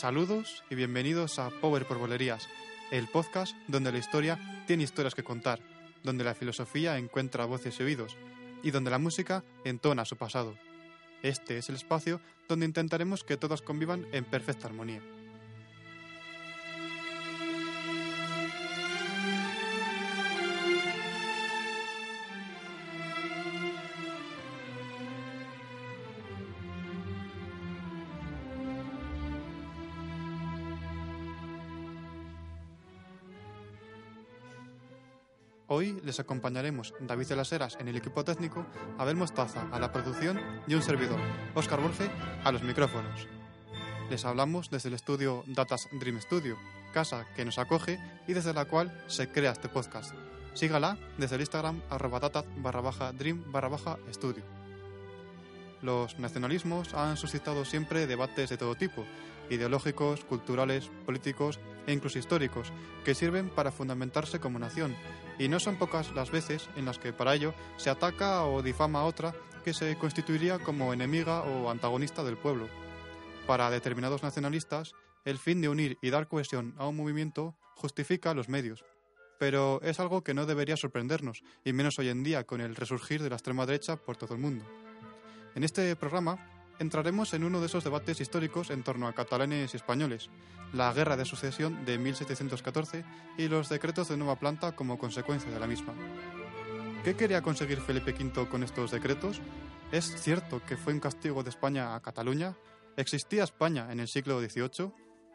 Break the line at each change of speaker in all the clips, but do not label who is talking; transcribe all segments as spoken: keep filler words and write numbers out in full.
Saludos y bienvenidos a Power por Bolerías, el podcast donde la historia tiene historias que contar, donde la filosofía encuentra voces y oídos, y donde la música entona su pasado. Este es el espacio donde intentaremos que todas convivan en perfecta armonía. Hoy les acompañaremos David de las Heras en el equipo técnico, Abel Mostaza a la producción y un servidor, Óscar Borge, a los micrófonos. Les hablamos desde el estudio Datas Dream Studio, casa que nos acoge y desde la cual se crea este podcast. Sígala desde el Instagram arroba datat barra baja dream barra baja estudio. Los nacionalismos han suscitado siempre debates de todo tipo, ideológicos, culturales, políticos e incluso históricos, que sirven para fundamentarse como nación, y no son pocas las veces en las que para ello se ataca o difama a otra que se constituiría como enemiga o antagonista del pueblo. Para determinados nacionalistas, el fin de unir y dar cohesión a un movimiento justifica los medios, pero es algo que no debería sorprendernos, y menos hoy en día con el resurgir de la extrema derecha por todo el mundo. En este programa entraremos en uno de esos debates históricos en torno a catalanes y españoles, la Guerra de Sucesión de mil setecientos catorce y los decretos de nueva planta como consecuencia de la misma. ¿Qué quería conseguir Felipe quinto con estos decretos? ¿Es cierto que fue un castigo de España a Cataluña? ¿Existía España en el siglo dieciocho?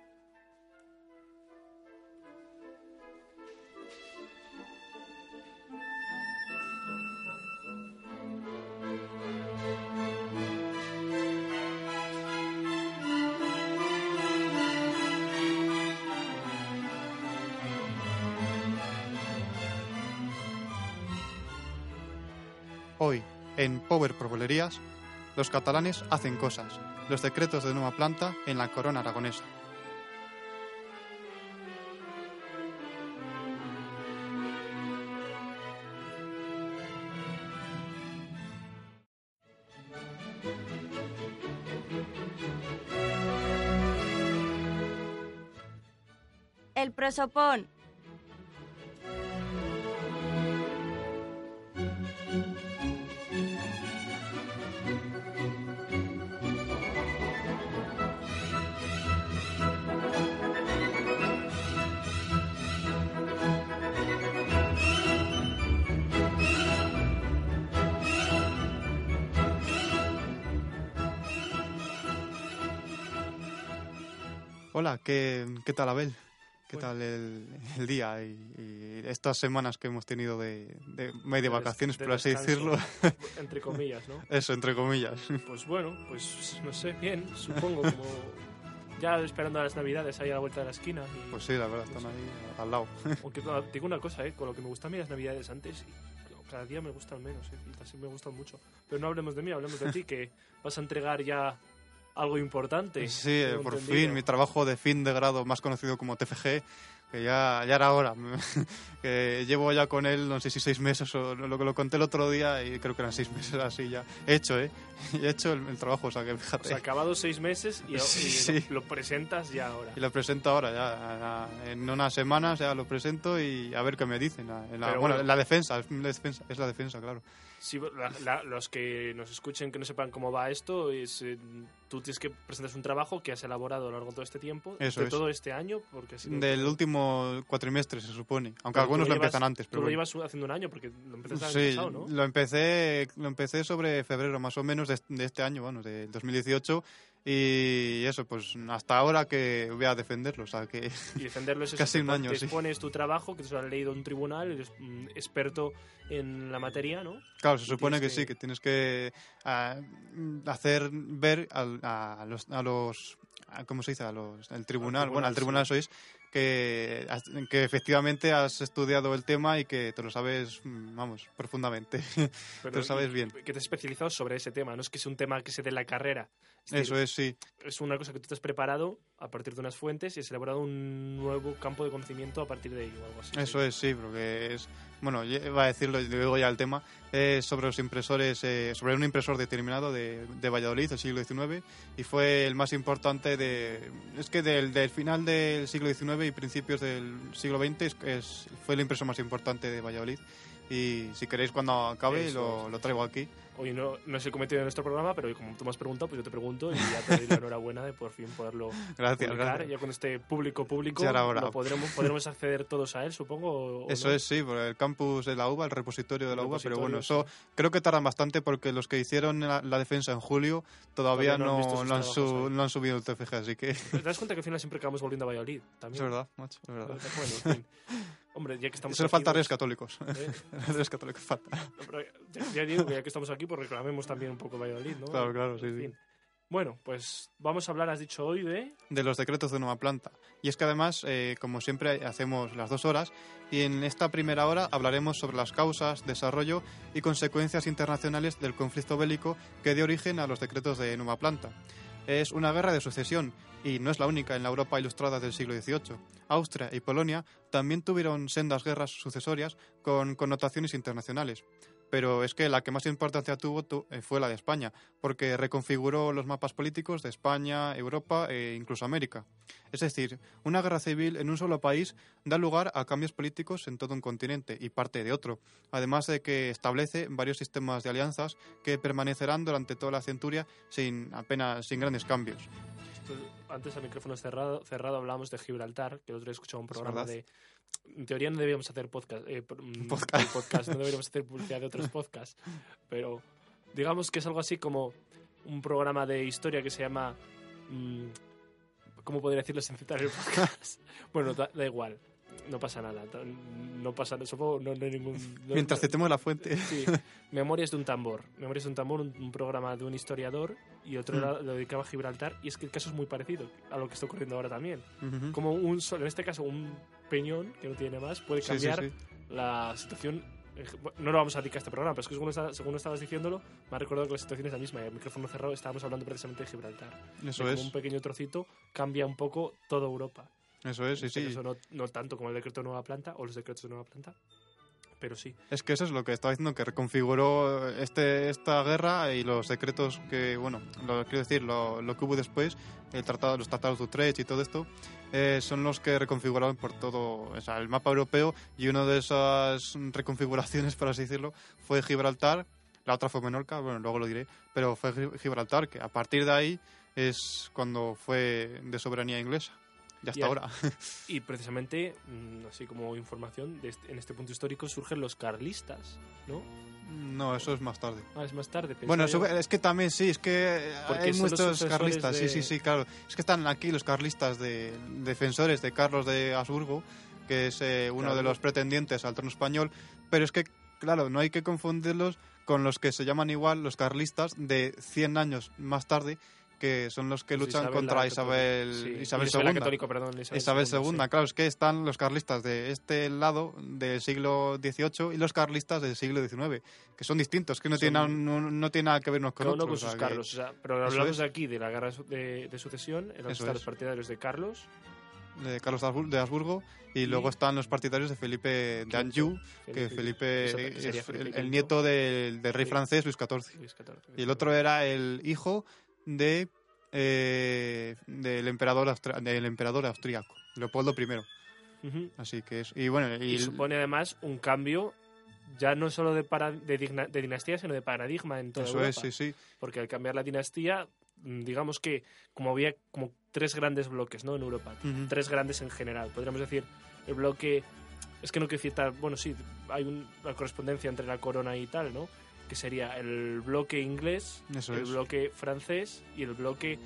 Hoy, en Power por Bolerías, los catalanes hacen cosas, los decretos de nueva planta en la corona aragonesa.
El prosopón.
Hola, ¿qué, qué tal, Abel? ¿Qué
Bueno.
tal el, el día y, y estas semanas que hemos tenido de, de medio
De des-
vacaciones,
de
por así
descanso,
decirlo?
entre comillas, ¿no?
Eso, entre comillas.
Pues bueno, pues no sé, bien, supongo, como ya esperando a las navidades ahí a la vuelta de la esquina. Y,
Pues sí, la verdad, están ahí al lado.
aunque no, te digo una cosa, ¿eh? Con lo que me gustan a mí las navidades antes, y cada día me gustan menos, ¿eh? Y así me gustan mucho. Pero no hablemos de mí, hablemos de ti, que vas a entregar ya algo importante.
Sí, eh,
tengo
por
entendido.
fin, mi trabajo de fin de grado, más conocido como T F G, que ya, ya era hora. Que llevo ya con él, no sé si seis meses o lo que lo conté el otro día y creo que eran seis meses así ya. He hecho, ¿eh? He hecho el, el trabajo, o sea que
O
fíjate.
sea, acabados seis meses y,
Sí,
y
sí.
Lo, lo presentas ya ahora.
Y lo presento ahora, ya, ya, en unas semanas ya lo presento y a ver qué me dicen. En la,
Pero
bueno,
bueno.
la defensa, es la defensa, es la defensa, claro.
Sí, la- la- los que nos escuchen que no sepan cómo va esto, es eh, tú tienes que presentar un trabajo que has elaborado a lo largo de todo este tiempo,
Eso
de
es.
todo este año, porque ha sido-
Del último cuatrimestre se supone, aunque
Pero
algunos
tú
lo
llevas-
empiezan antes.
Tú
Pero
lo
bueno.
llevas haciendo un año, porque lo empezaste el
Sí,
año pasado, ¿no?
lo empecé, lo empecé sobre febrero más o menos de, de este año, bueno, de dos mil dieciocho, y eso, pues hasta ahora que voy a defenderlo, o sea que
Y defenderlo es eso,
casi
te
un
pon-
año,
te
sí.
expones tu trabajo, que te lo ha leído un tribunal, eres mm, experto en la materia, ¿no?
Claro, se
Y
supone que,
tienes
sí,
que-
que tienes que ah, hacer ver al- a, los, a los, a- ¿cómo se dice? A los, al tribunal,
Al
bueno, al
tribunal,
tribunal sois, que, has- que efectivamente has estudiado el tema y que te lo sabes, mm, vamos, profundamente.
Pero
te lo sabes
y-
bien.
Que te has especializado sobre ese tema, no es que sea un tema que se dé en la carrera. Es
Eso
decir,
es, sí.
es una cosa que tú te has preparado a partir de unas fuentes y es elaborado un nuevo campo de conocimiento a partir de ello, o algo así.
Eso
sí.
es, sí, porque es... Bueno, va a decirlo, luego ya el tema, es sobre los impresores, eh, sobre un impresor determinado de, de Valladolid del siglo diecinueve y fue el más importante de... Es que del, del final del siglo diecinueve y principios del siglo veinte es, es, fue el impresor más importante de Valladolid y si queréis cuando acabe lo, lo traigo aquí.
Hoy no, no es el cometido de nuestro programa, pero como tú me has preguntado, pues yo te pregunto y ya te doy la enhorabuena de por fin poderlo
gracias,
publicar.
gracias.
Ya con este público público
Ya era hora.
lo podremos, podremos acceder todos a él, supongo. ¿O
Eso
no?
es, sí, por el campus de la U B A, el repositorio de
El
la U B A, pero
repositorio,
bueno, eso
sí.
creo que tardan bastante porque los que hicieron la, la defensa en julio todavía,
Todavía no han visto
no,
sus
no, han
trabajos
su-
ahí.
no han subido el T F G, así que...
¿Te das cuenta que al final siempre acabamos volviendo a Valladolid? También.
Es verdad, macho, es verdad.
Bueno, en fin. Hombre, ya que estamos
Solo
aquí,
falta
pues,
Reyes Católicos.
¿eh?
Reyes Católicos falta.
No, pero ya, ya digo que ya que estamos aquí, pues reclamemos también un poco Valladolid, ¿no?
Claro, claro, sí,
En
sí.
fin. Bueno, pues vamos a hablar, has dicho hoy, de...
De los decretos de nueva planta. Y es que además, eh, como siempre, hacemos las dos horas y en esta primera hora hablaremos sobre las causas, desarrollo y consecuencias internacionales del conflicto bélico que dio origen a los decretos de nueva planta. Es una guerra de sucesión y no es la única en la Europa ilustrada del siglo dieciocho. Austria y Polonia también tuvieron sendas guerras sucesorias con connotaciones internacionales. Pero es que la que más importancia tuvo tu, eh, fue la de España, porque reconfiguró los mapas políticos de España, Europa e incluso América. Es decir, una guerra civil en un solo país da lugar a cambios políticos en todo un continente y parte de otro, además de que establece varios sistemas de alianzas que permanecerán durante toda la centuria sin apenas sin grandes cambios.
Esto, antes, a micrófono cerrado, cerrado hablábamos de Gibraltar, que el otro día escuchaba un programa
verdad.
de... En teoría no deberíamos hacer podcast, eh, por- mm,
Podcast.
podcast, no deberíamos hacer publicidad de otros podcasts, pero digamos que es algo así como un programa de historia que se llama... mm, ¿Cómo podría decirlo sin citar el podcast? Bueno, da, da igual, no pasa nada, no pasa nada, supongo no, no hay ningún... no-
Mientras
no-
citemos la fuente.
Sí, Memorias de un tambor. Memorias de un tambor, un, un programa de un historiador y otro
Mm.
era- lo dedicaba a Gibraltar y es que el caso es muy parecido a lo que está ocurriendo ahora también.
Ujú.
Como un solo, en este caso un peñón que no tiene más puede
Sí, sí,
cambiar
sí.
la situación. eh, No lo vamos a dedicar a este programa, pero es que según, está- según estabas diciéndolo, me ha recordado que la situación es la misma y el micrófono cerrado estábamos hablando precisamente de Gibraltar.
Eso
De
es,
como un pequeño trocito cambia un poco toda Europa.
eso es, sí,
En este
sí.
caso no, no tanto como el decreto de nueva planta o los decretos de nueva planta, pero sí.
Es que eso es lo que estaba diciendo, que reconfiguró este, esta guerra y los decretos que, bueno, lo, quiero decir, lo, lo que hubo después, el tratado, los tratados de Utrecht y todo esto, eh, son los que reconfiguraron por todo, o sea, el mapa europeo, y una de esas reconfiguraciones, por así decirlo, fue Gibraltar, la otra fue Menorca, bueno, luego lo diré, pero fue Gi- Gibraltar, que a partir de ahí es cuando fue de soberanía inglesa, y hasta
Y a-
ahora.
Y precisamente, mm, así como información, de este- en este punto histórico surgen los carlistas, ¿no?
No, eso es más tarde.
Ah, es más tarde. pensaba
Bueno,
yo.
eso- es que también sí, es que
Porque
hay
son los
muchos
sucesores
carlistas,
de-
sí, sí, sí, claro. Es que están aquí los carlistas de defensores de Carlos de Habsburgo, que es eh, uno
Claro.
de los pretendientes al trono español, pero es que, claro, no hay que confundirlos con los que se llaman igual los carlistas de cien años más tarde, que son los que
Pues
luchan
Isabel
contra
la
Isabel,
Católica. Sí,
Isabel
Isabel la
segunda.
Católica, perdón, Isabel,
Isabel
segunda,
segunda,
sí.
claro, es que están los carlistas de este lado del siglo dieciocho y los carlistas del siglo diecinueve, que son distintos, que no,
Son-
tienen, no, no tienen nada que ver unos con
Cada uno
otros.
con
o
sus
sea que-
Carlos. O sea, pero
Eso
hablamos
es.
aquí de la guerra de, de sucesión, en donde
Eso
están
es.
los partidarios de Carlos.
de Carlos de Habsbur- de Habsburgo y,
Y-
luego están los partidarios de Felipe de
Quinto.
Anjou, que Felipe
Eso- que sería
es
Felipe
el,
quinto.
el nieto del, del rey
Sí.
francés Luis catorce.
Luis catorce.
Y el otro era el hijo de eh, del emperador austra- del emperador austríaco, Leopoldo primero.
Ujú.
Así que es y bueno, y,
Y supone además un cambio ya no solo de, para, de, digna- de dinastía, sino de paradigma en toda
eso
Europa.
es, sí, sí.
Porque al cambiar la dinastía, mm, digamos que como había como tres grandes bloques, ¿no? En Europa,
Ujú.
tres grandes en general. Podríamos decir el bloque, es que no quiero decir tal, bueno, sí, hay un- una correspondencia entre la corona y tal, ¿no? Que sería el bloque inglés,
Eso
el
es.
bloque francés y el bloque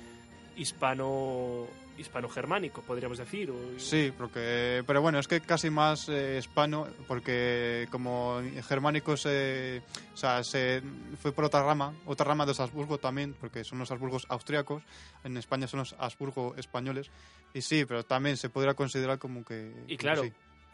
hispano hispano-germánico, podríamos decir. o-
Sí, porque, pero bueno, es que casi más eh, hispano, porque como germánico se, o sea, se fue por otra rama, otra rama de los Habsburgo también, porque son los Habsburgos austríacos, en España son los Habsburgo españoles, y sí, pero también se podría considerar como que...
Y
como
claro,
sí.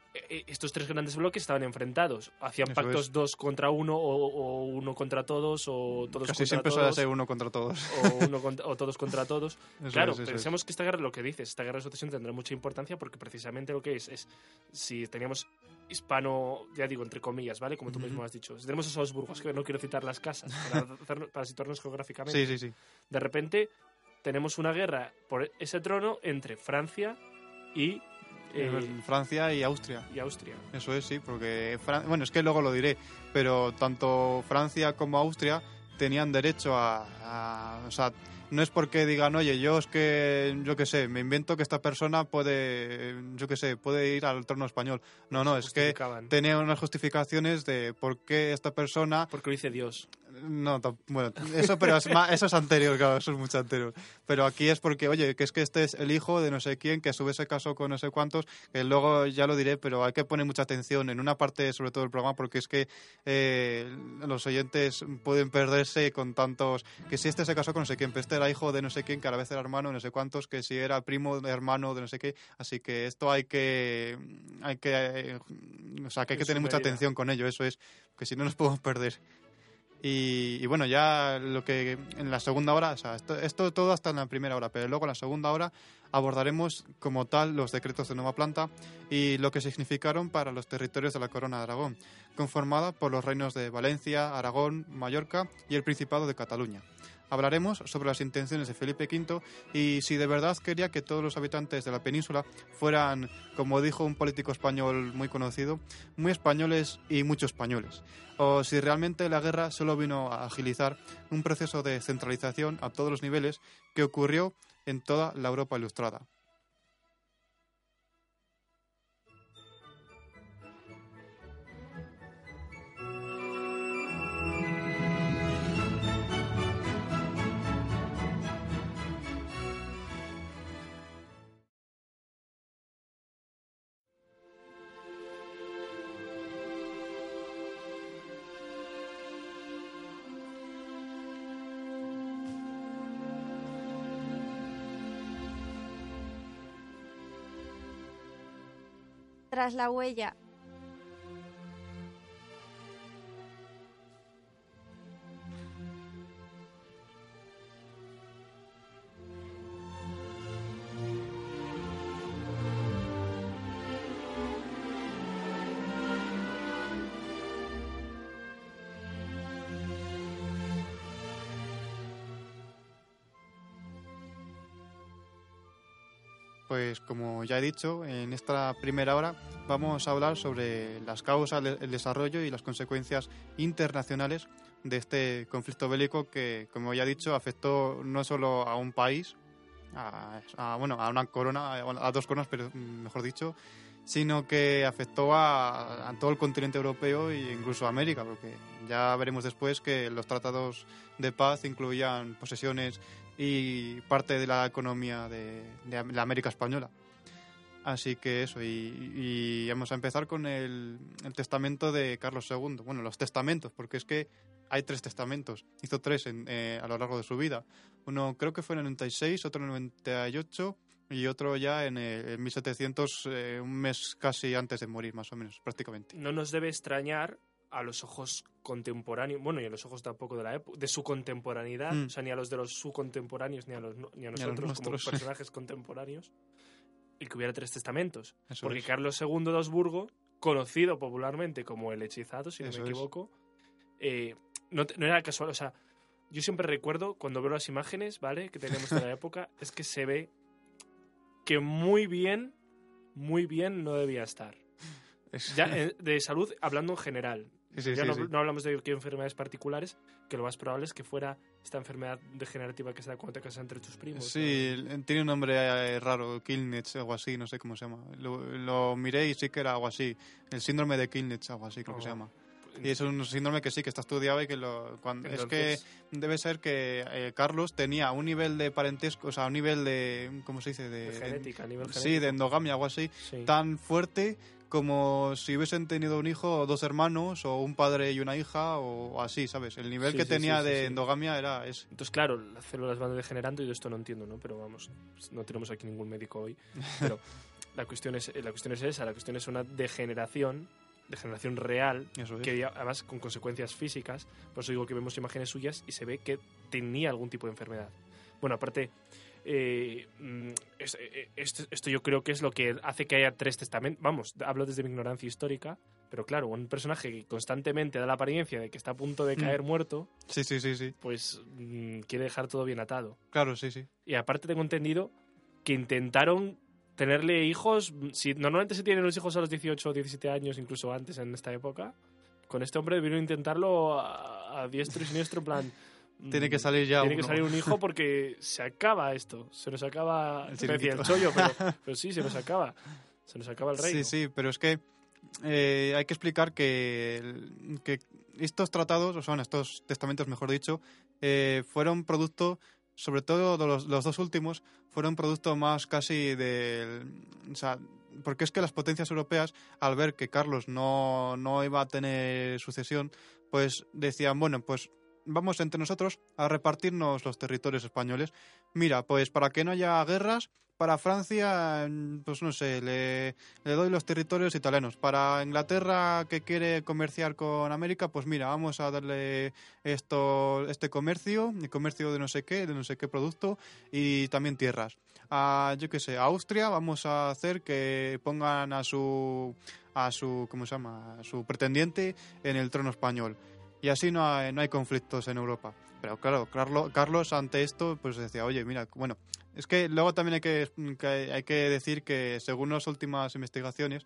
eh, estos tres grandes bloques estaban enfrentados. Hacían
Eso
pactos
es.
dos contra uno, o, o uno contra todos, o todos
Casi
contra
siempre suele
todos.
ser uno contra todos.
O, uno contra- o todos contra todos.
Eso
Claro,
es, eso
pensemos que esta guerra, lo que dices, esta guerra de sucesión tendrá mucha importancia porque precisamente lo que es, es si teníamos hispano, ya digo, entre comillas, ¿vale? Como tú
Ujú.
mismo has dicho. Si tenemos esos Habsburgos, que no quiero citar las casas, para, hacernos- para situarnos geográficamente.
Sí, sí, sí.
De repente tenemos una guerra por ese trono entre Francia y, eh,
Francia y Austria.
y Austria.
Eso es, sí, porque... Fran- Bueno, es que luego lo diré, pero tanto Francia como Austria tenían derecho a... a- o sea, no es porque digan, oye, yo es que, yo qué sé, me invento que esta persona puede, yo qué sé, puede ir al trono español. No, no, es que
Justificaban.
tenía unas justificaciones de por qué esta persona...
Porque lo dice Dios.
No, tam- bueno, eso, pero es más- eso es anterior, claro, eso es mucho anterior. Pero aquí es porque, oye, que es que este es el hijo de no sé quién, que a su vez se casó con no sé cuántos, que luego ya lo diré, pero hay que poner mucha atención en una parte, sobre todo del programa, porque es que eh, los oyentes pueden perderse con tantos, que si este se casó con no sé quién, pero este era hijo de no sé quién, que a la vez era hermano de no sé cuántos, que si era primo de hermano de no sé qué, así que esto hay que, hay que, eh, o sea, que hay
En
que
su
tener mucha
medida.
atención con ello, eso es, que si no nos podemos perder. Y, y bueno, ya lo que en la segunda hora, o sea, esto, esto todo hasta en la primera hora, pero luego en la segunda hora abordaremos como tal los decretos de Nueva Planta y lo que significaron para los territorios de la Corona de Aragón, conformada por los reinos de Valencia, Aragón, Mallorca y el Principado de Cataluña. Hablaremos sobre las intenciones de Felipe quinto y si de verdad quería que todos los habitantes de la península fueran, como dijo un político español muy conocido, muy españoles y muchos españoles, o si realmente la guerra solo vino a agilizar un proceso de centralización a todos los niveles que ocurrió en toda la Europa ilustrada.
Tras la huella.
Pues como ya he dicho, en esta primera hora vamos a hablar sobre las causas, el desarrollo y las consecuencias internacionales de este conflicto bélico que, como ya he dicho, afectó no solo a un país, a, a, bueno, a una corona, a dos coronas, pero mejor dicho, sino que afectó a, a todo el continente europeo e incluso a América, porque ya veremos después que los tratados de paz incluían posesiones y parte de la economía de, de la América española. Así que eso, y, y vamos a empezar con el, el testamento de Carlos segundo. Bueno, los testamentos, porque es que hay tres testamentos. Hizo tres en, eh, a lo largo de su vida. Uno creo que fue en el noventa y seis, otro en el noventa y ocho y otro ya en, el, en mil setecientos, eh, un mes casi antes de morir, más o menos, prácticamente.
No nos debe extrañar a los ojos contemporáneos, bueno, y a los ojos tampoco de la época, de su contemporaneidad,
Mm.
o sea, ni a los de los su contemporáneos, ni a, los, ni a
los
nosotros como
nuestros.
personajes contemporáneos, y que hubiera tres testamentos.
Eso
Porque
es.
Carlos segundo de Habsburgo, conocido popularmente como el hechizado, si no
Eso
me
es.
equivoco, eh, no, te- no era casual, o sea, yo siempre recuerdo, cuando veo las imágenes, ¿vale?, que tenemos de la época, es que se ve que muy bien, muy bien no debía estar.
Es-
Ya eh, de salud, hablando en general.
Sí, sí,
ya
sí,
no,
sí.
no hablamos de qué enfermedades particulares, que lo más probable es que fuera esta enfermedad degenerativa que se da cuando te casas entre tus primos.
Sí, tiene un nombre eh, raro, Kilnitz, algo así, no sé cómo se llama. Lo, lo miré y sí que era algo así. El síndrome de Kilnitz, algo así creo que se
Oh.
llama.
¿no?
Y es un síndrome que sí, que está estudiado y que lo... Cuando, es que
Entonces-
debe ser que eh, Carlos tenía un nivel de parentesco, o sea, un nivel de... ¿Cómo se dice? De,
De genética, a nivel
Sí,
genético.
de endogamia, algo así,
Sí.
tan fuerte como si hubiesen tenido un hijo o dos hermanos o un padre y una hija o así, ¿sabes? El nivel
Sí,
que
sí,
tenía
sí, sí,
de
sí.
endogamia era ese.
Entonces, claro, las células van degenerando y de esto no entiendo, ¿no? Pero vamos, no tenemos aquí ningún médico hoy. Pero la cuestión es la cuestión es esa, la cuestión es una degeneración, degeneración real,
Eso es.
que además con consecuencias físicas. Por eso digo que vemos imágenes suyas y se ve que tenía algún tipo de enfermedad. Bueno, aparte, eh, es, eh, esto, esto yo creo que es lo que hace que haya tres testamentos. Vamos, hablo desde mi ignorancia histórica, pero claro, un personaje que constantemente da la apariencia de que está a punto de caer
Mm.
muerto,
Sí, sí, sí, sí.
pues mm, quiere dejar todo bien atado.
Claro, sí, sí.
Y aparte tengo entendido que intentaron tenerle hijos. Si normalmente se tienen los hijos a los dieciocho o diecisiete años, incluso antes en esta época, con este hombre debieron intentarlo a, a diestro y siniestro, en plan...
Tiene que
mm,
salir ya
Tiene que
uno.
salir un hijo porque se acaba esto. Se nos acaba...
El
me decía
chiringuito.
el chollo, pero, pero sí, se nos acaba. Se nos acaba el reino.
Sí, sí, pero es que eh, hay que explicar que, que estos tratados, o sea, estos testamentos, mejor dicho, eh, fueron producto, sobre todo de los, los dos últimos, fueron producto más casi del... O sea, porque es que las potencias europeas, al ver que Carlos no, no iba a tener sucesión, pues decían, bueno, pues vamos entre nosotros a repartirnos los territorios españoles. Mira, pues para que no haya guerras, para Francia, pues no sé, le, le doy los territorios italianos. Para Inglaterra, que quiere comerciar con América, pues mira, vamos a darle esto, este comercio, el comercio de no sé qué, de no sé qué producto, y también tierras. A, yo qué sé, a Austria vamos a hacer que pongan a su, a su, ¿cómo se llama?, a su pretendiente en el trono español. Y así no hay, no hay conflictos en Europa. Pero claro, Carlos, Carlos ante esto pues decía, oye, mira, bueno, es que luego también hay que, que hay que decir que según las últimas investigaciones,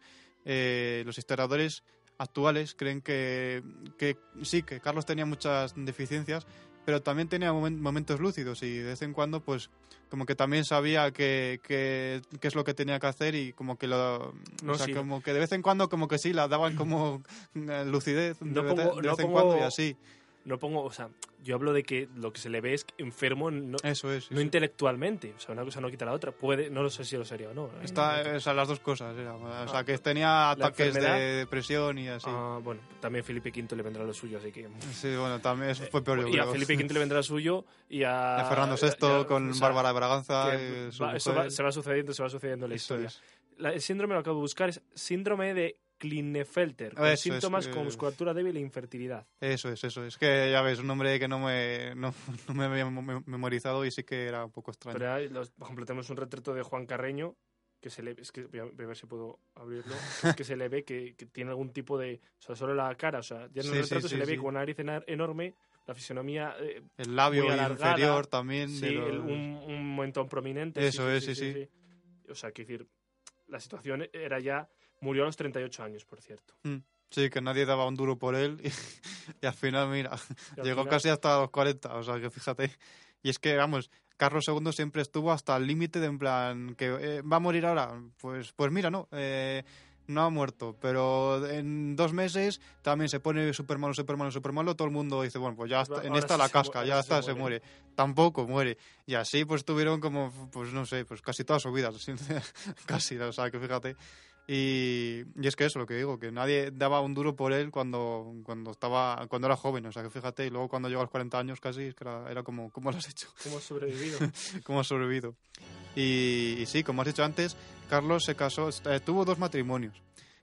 eh, los historiadores actuales creen que, que sí, que Carlos tenía muchas deficiencias, pero también tenía momen- momentos lúcidos y de vez en cuando pues como que también sabía qué que, que es lo que tenía que hacer y como que lo
No,
o sea,
sí.
como que de vez en cuando como que sí la daban como eh, lucidez de,
No
vez-
pongo-
de
no
vez en
pongo-
cuando y así.
No pongo... O sea, yo hablo de que lo que se le ve es enfermo, no,
Eso es.
no
eso.
intelectualmente. O sea, una cosa no quita la otra. Puede... No lo sé si lo sería o no. ¿eh?
Está, o sea, las dos cosas. Era, o sea,
Ah,
que tenía ataques
enfermedad.
de depresión y así.
Ah, bueno, también Felipe quinto le vendrá lo suyo, así que...
Sí, bueno, también eso fue peor, yo
y a
creo.
Felipe quinto le vendrá lo suyo y a...
A Fernando sexto
ya-
con
o sea,
Bárbara de Braganza.
que
eh, su
va- eso
mujer.
va- se va sucediendo, se va sucediendo en la
Eso
historia.
es.
La- el síndrome lo acabo de buscar, es síndrome de Klinefelter, con
Eso es,
síntomas
eh,
con musculatura débil e infertilidad.
Eso es, eso es. Que ya ves, un nombre que no me, no, no me había mem- memorizado y sí que era un poco extraño.
Pero hay los- por ejemplo, tenemos un retrato de Juan Carreño que se le es que voy a, voy a ver si puedo abrirlo, es que se le ve que, que tiene algún tipo de, o sea, solo la cara, o sea, ya en el
Sí, sí,
retrato se
sí,
le ve
sí.
con una nariz ena- enorme, la fisionomía eh,
El labio
muy alargada,
inferior también.
sí,
de los-
el- un, un mentón prominente.
Eso es, sí, sí.
O sea, quiero decir, la situación era ya, murió a los treinta y ocho años, por cierto.
Mm, sí, que nadie daba un duro por él y, y al final, mira,
Y al
llegó
final-
casi hasta los cuarenta, o sea, que fíjate. Y es que, vamos, Carlos segundo siempre estuvo hasta el límite de en plan, que eh, va a morir ahora. Pues, pues mira, no, eh, no ha muerto, pero en dos meses también se pone súper malo, súper malo, súper malo. Todo el mundo dice, bueno, pues ya
Pues
está, en
ahora
esta
sí
la
se
casca,
mu-
ya
ahora
está,
se
se
muere.
muere. Tampoco muere. Y así pues tuvieron como, pues no sé, pues casi toda su vida, casi, o sea, que fíjate. Y, y es que eso, lo que digo, que nadie daba un duro por él cuando, cuando estaba cuando era joven, o sea, que fíjate, y luego cuando llegó a los cuarenta años casi, es que era, era como, ¿cómo lo has hecho?
¿Cómo ha sobrevivido?
¿Cómo has sobrevivido? Y, y sí, como has dicho antes, Carlos se casó, eh, tuvo dos matrimonios.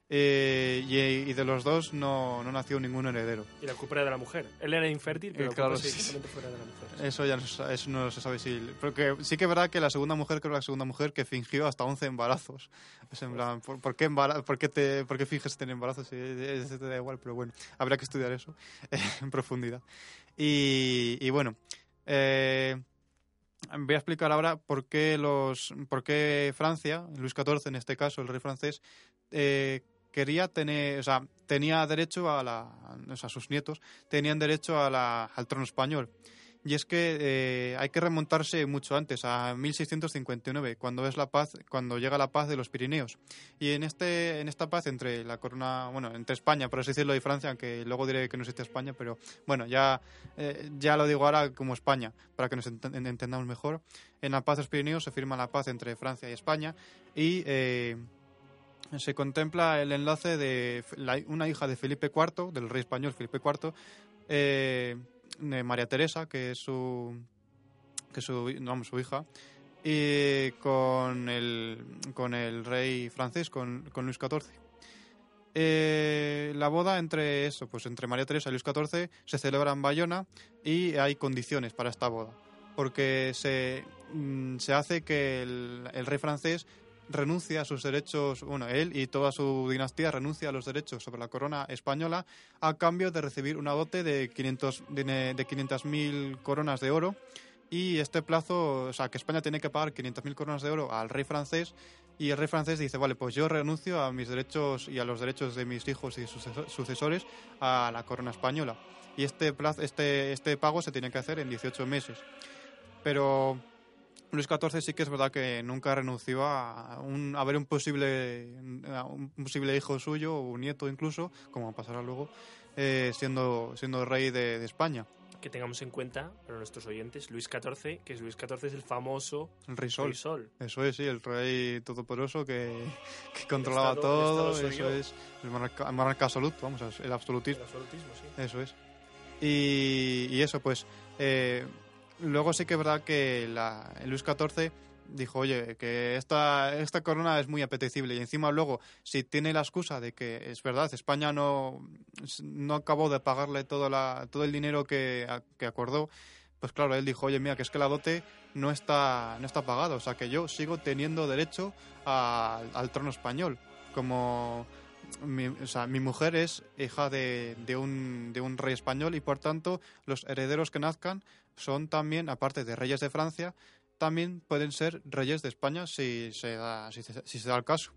Eh, y, y de los dos no, no nació ningún heredero.
Y la culpa era de la mujer. Él era infértil, pero
Eh,
la
claro,
culpa
sí,
evidentemente fuera de la mujer.
Eso ya no, se- eso no se sabe si... Porque sí que es verdad que la segunda mujer, creo que la segunda mujer que fingió hasta once embarazos. Es en plan, ¿por, por qué, embara- por qué, te, ¿por qué finges tener embarazos? Sí, es- te da igual, pero bueno, habrá que estudiar eso en profundidad. Y, y bueno, eh, voy a explicar ahora por qué, los, por qué Francia, Luis catorce en este caso, el rey francés, eh, quería tener, o sea, tenía derecho a la, o sea, sus nietos tenían derecho a la, al trono español. Y es que eh, hay que remontarse mucho antes, a mil seiscientos cincuenta y nueve, cuando es la paz, cuando llega la paz de los Pirineos. Y en este, en esta paz entre la corona, bueno, entre España, por así decirlo, y Francia, aunque luego diré que no existe España, pero bueno, ya, eh, ya lo digo ahora como España, para que nos ent- entendamos mejor. En la paz de los Pirineos se firma la paz entre Francia y España y eh, se contempla el enlace de la- una hija de Felipe cuarto, del rey español Felipe cuarto, eh, de María Teresa, que es su, que es su, vamos, su hija, y con el, con el rey francés, con, con Luis catorce. Eh, la boda entre eso, pues entre María Teresa y Luis catorce se celebra en Bayona y hay condiciones para esta boda, porque se, mm, se hace que el, el rey francés renuncia a sus derechos, bueno, él y toda su dinastía renuncia a los derechos sobre la corona española a cambio de recibir una dote de quinientos de, de quinientas mil coronas de oro, y este plazo, o sea, que España tiene que pagar quinientas mil coronas de oro al rey francés, y el rey francés dice, vale, pues yo renuncio a mis derechos y a los derechos de mis hijos y sucesores a la corona española. Y este plazo, este, este pago se tiene que hacer en dieciocho meses. Pero Luis catorce sí que es verdad que nunca renunció a, un, a ver un posible, a un posible hijo suyo, o un nieto incluso, como pasará luego, eh, siendo, siendo rey de, de España.
Que tengamos en cuenta, para nuestros oyentes, Luis catorce, que es Luis catorce es el famoso
el Rey Sol.
Rey Sol.
Eso es, sí, el rey todopoderoso que, que controlaba Estado, todo, eso es, el monarca, el monarca absoluto, vamos, el absolutismo.
El absolutismo, sí.
Eso es. Y, y eso, pues, eh, luego sí que es verdad que la, Luis catorce dijo, oye, que esta, esta corona es muy apetecible, y encima luego, si tiene la excusa de que es verdad, España no, no acabó de pagarle todo, la, todo el dinero que, que acordó, pues claro, él dijo, oye, mira, que es que la dote no está, no está pagada, o sea, que yo sigo teniendo derecho a, al trono español, como mi, o sea, mi mujer es hija de, de, un, de un rey español, y por tanto los herederos que nazcan son también, aparte de reyes de Francia, también pueden ser reyes de España si se da, si se, si se da el caso.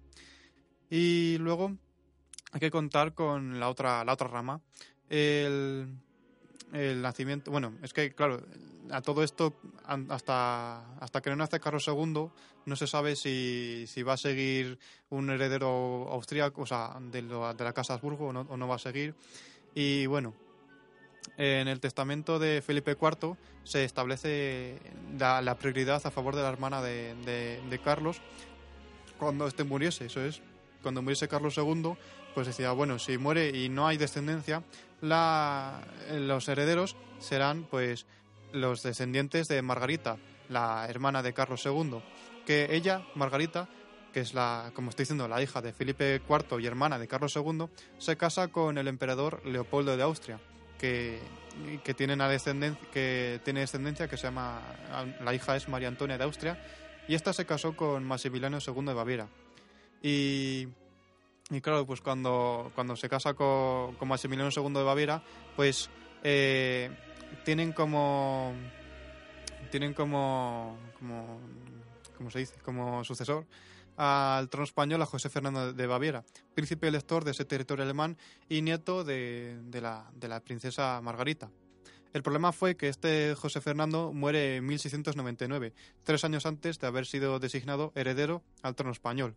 Y luego hay que contar con la otra, la otra rama, el, el nacimiento. Bueno, es que claro, a todo esto, hasta, hasta que no nace Carlos segundo, no se sabe si, si va a seguir un heredero austríaco, o sea, de, lo, de la Casa Habsburgo, o no, o no va a seguir. Y bueno, en el testamento de Felipe cuarto se establece la, la prioridad a favor de la hermana de, de, de Carlos cuando éste muriese. Eso es, cuando muriese Carlos segundo, pues decía, bueno, si muere y no hay descendencia, la, los herederos serán pues los descendientes de Margarita, la hermana de Carlos segundo, que ella, Margarita, que es la, como estoy diciendo, la hija de Felipe cuarto y hermana de Carlos segundo, se casa con el emperador Leopoldo de Austria, que, que tiene una descendencia que tiene descendencia que se llama, la hija es María Antonia de Austria, y esta se casó con Maximiliano segundo de Baviera. Y, y claro, pues cuando, cuando se casa con, con Maximiliano segundo de Baviera, pues eh, tienen como tienen como como ¿cómo se dice? Como sucesor al trono español a José Fernando de Baviera, príncipe elector de ese territorio alemán y nieto de, de, la, de la princesa Margarita. El problema fue que este José Fernando muere en mil seiscientos noventa y nueve, tres años antes de haber sido designado heredero al trono español.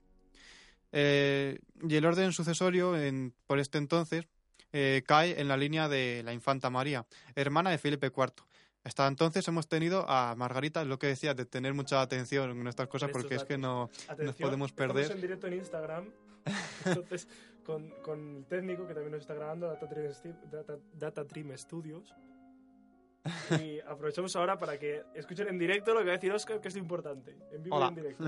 Eh, y el orden sucesorio en, por este entonces eh, cae en la línea de la infanta María, hermana de Felipe cuarto. Hasta entonces hemos tenido a Margarita, lo que decía, de tener mucha atención en estas cosas, porque es que no
Atención,
nos podemos perder.
Estamos en directo en Instagram, entonces con, con el técnico que también nos está grabando, Data Dream, Data, Data Dream Studios. Y aprovechamos ahora para que escuchen en directo lo que va a decir Óscar, que es lo importante, en vivo
Hola.
y en directo.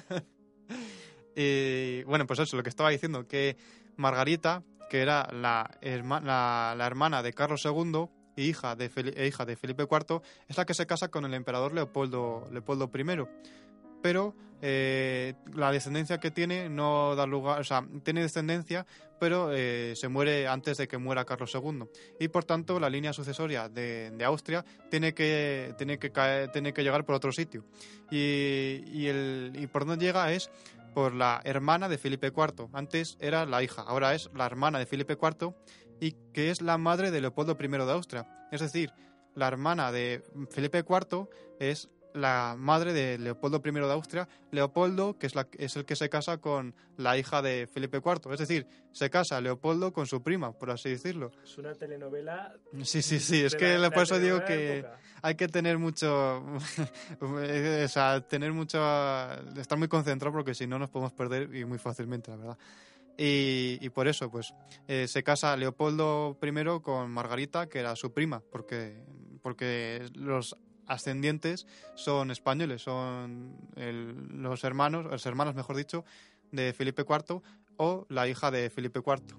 Y bueno, pues eso, lo que estaba diciendo, que Margarita, que era la, herma, la, la hermana de Carlos segundo, hija de, Fel- e hija de Felipe cuarto, es la que se casa con el emperador Leopoldo, Leopoldo primero. Pero eh, la descendencia que tiene no da lugar, o sea, tiene descendencia, pero eh, se muere antes de que muera Carlos segundo. Y por tanto, la línea sucesoria de, de Austria tiene que, tiene, que caer, tiene que llegar por otro sitio. Y, y, el, y por dónde llega es por la hermana de Felipe cuarto. Antes era la hija, ahora es la hermana de Felipe cuarto, y que es la madre de Leopoldo primero de Austria. Es decir, la hermana de Felipe cuarto es la madre de Leopoldo primero de Austria, Leopoldo, que es, la, es el que se casa con la hija de Felipe cuarto. Es decir, se casa Leopoldo con su prima, por así decirlo.
Es una telenovela.
Sí, sí, sí. Es que la, por eso digo que hay que tener mucho... o sea, tener mucho... estar muy concentrado, porque si no nos podemos perder, y muy fácilmente, la verdad. Y, y por eso, pues, eh, se casa Leopoldo primero con Margarita, que era su prima, porque, porque los ascendientes son españoles, son el- los hermanos, los hermanos, mejor dicho, de Felipe cuarto o la hija de Felipe cuarto.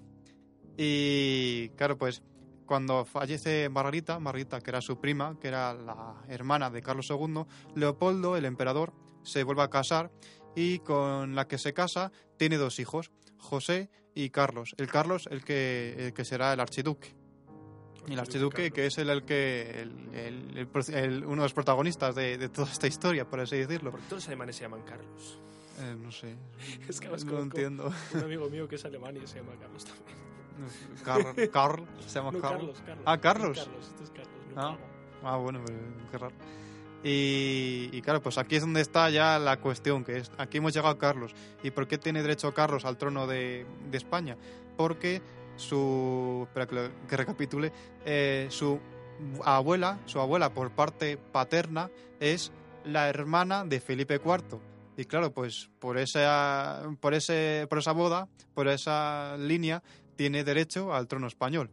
Y claro, pues cuando fallece Margarita, Margarita, que era su prima, que era la hermana de Carlos segundo, Leopoldo, el emperador, se vuelve a casar y con la que se casa tiene dos hijos, José y Carlos. El Carlos, el que, el que será el archiduque. Y el archiduque, que es el, el que el, el- el pro- el- uno de los protagonistas de, de toda esta historia, por así decirlo.
Porque todos los alemanes se llaman Carlos.
Eh, no sé,
Es que además
no
conozco
entiendo.
Un amigo mío que es alemán y se llama Carlos también.
Carl, Carl, se llama
No,
Carl.
Carlos, Carlos.
Ah, Carlos.
Carlos, este es Carlos, no
Ah.
Carlos.
Ah, bueno, pero qué raro. Y, y claro, pues aquí es donde está ya la cuestión, que es, aquí hemos llegado a Carlos. ¿Y por qué tiene derecho Carlos al trono de, de España? Porque su, espera que, lo- que recapitule, eh, su abuela, su abuela por parte paterna es la hermana de Felipe cuarto. Y claro, pues por esa, por ese, por esa boda, por esa línea, tiene derecho al trono español.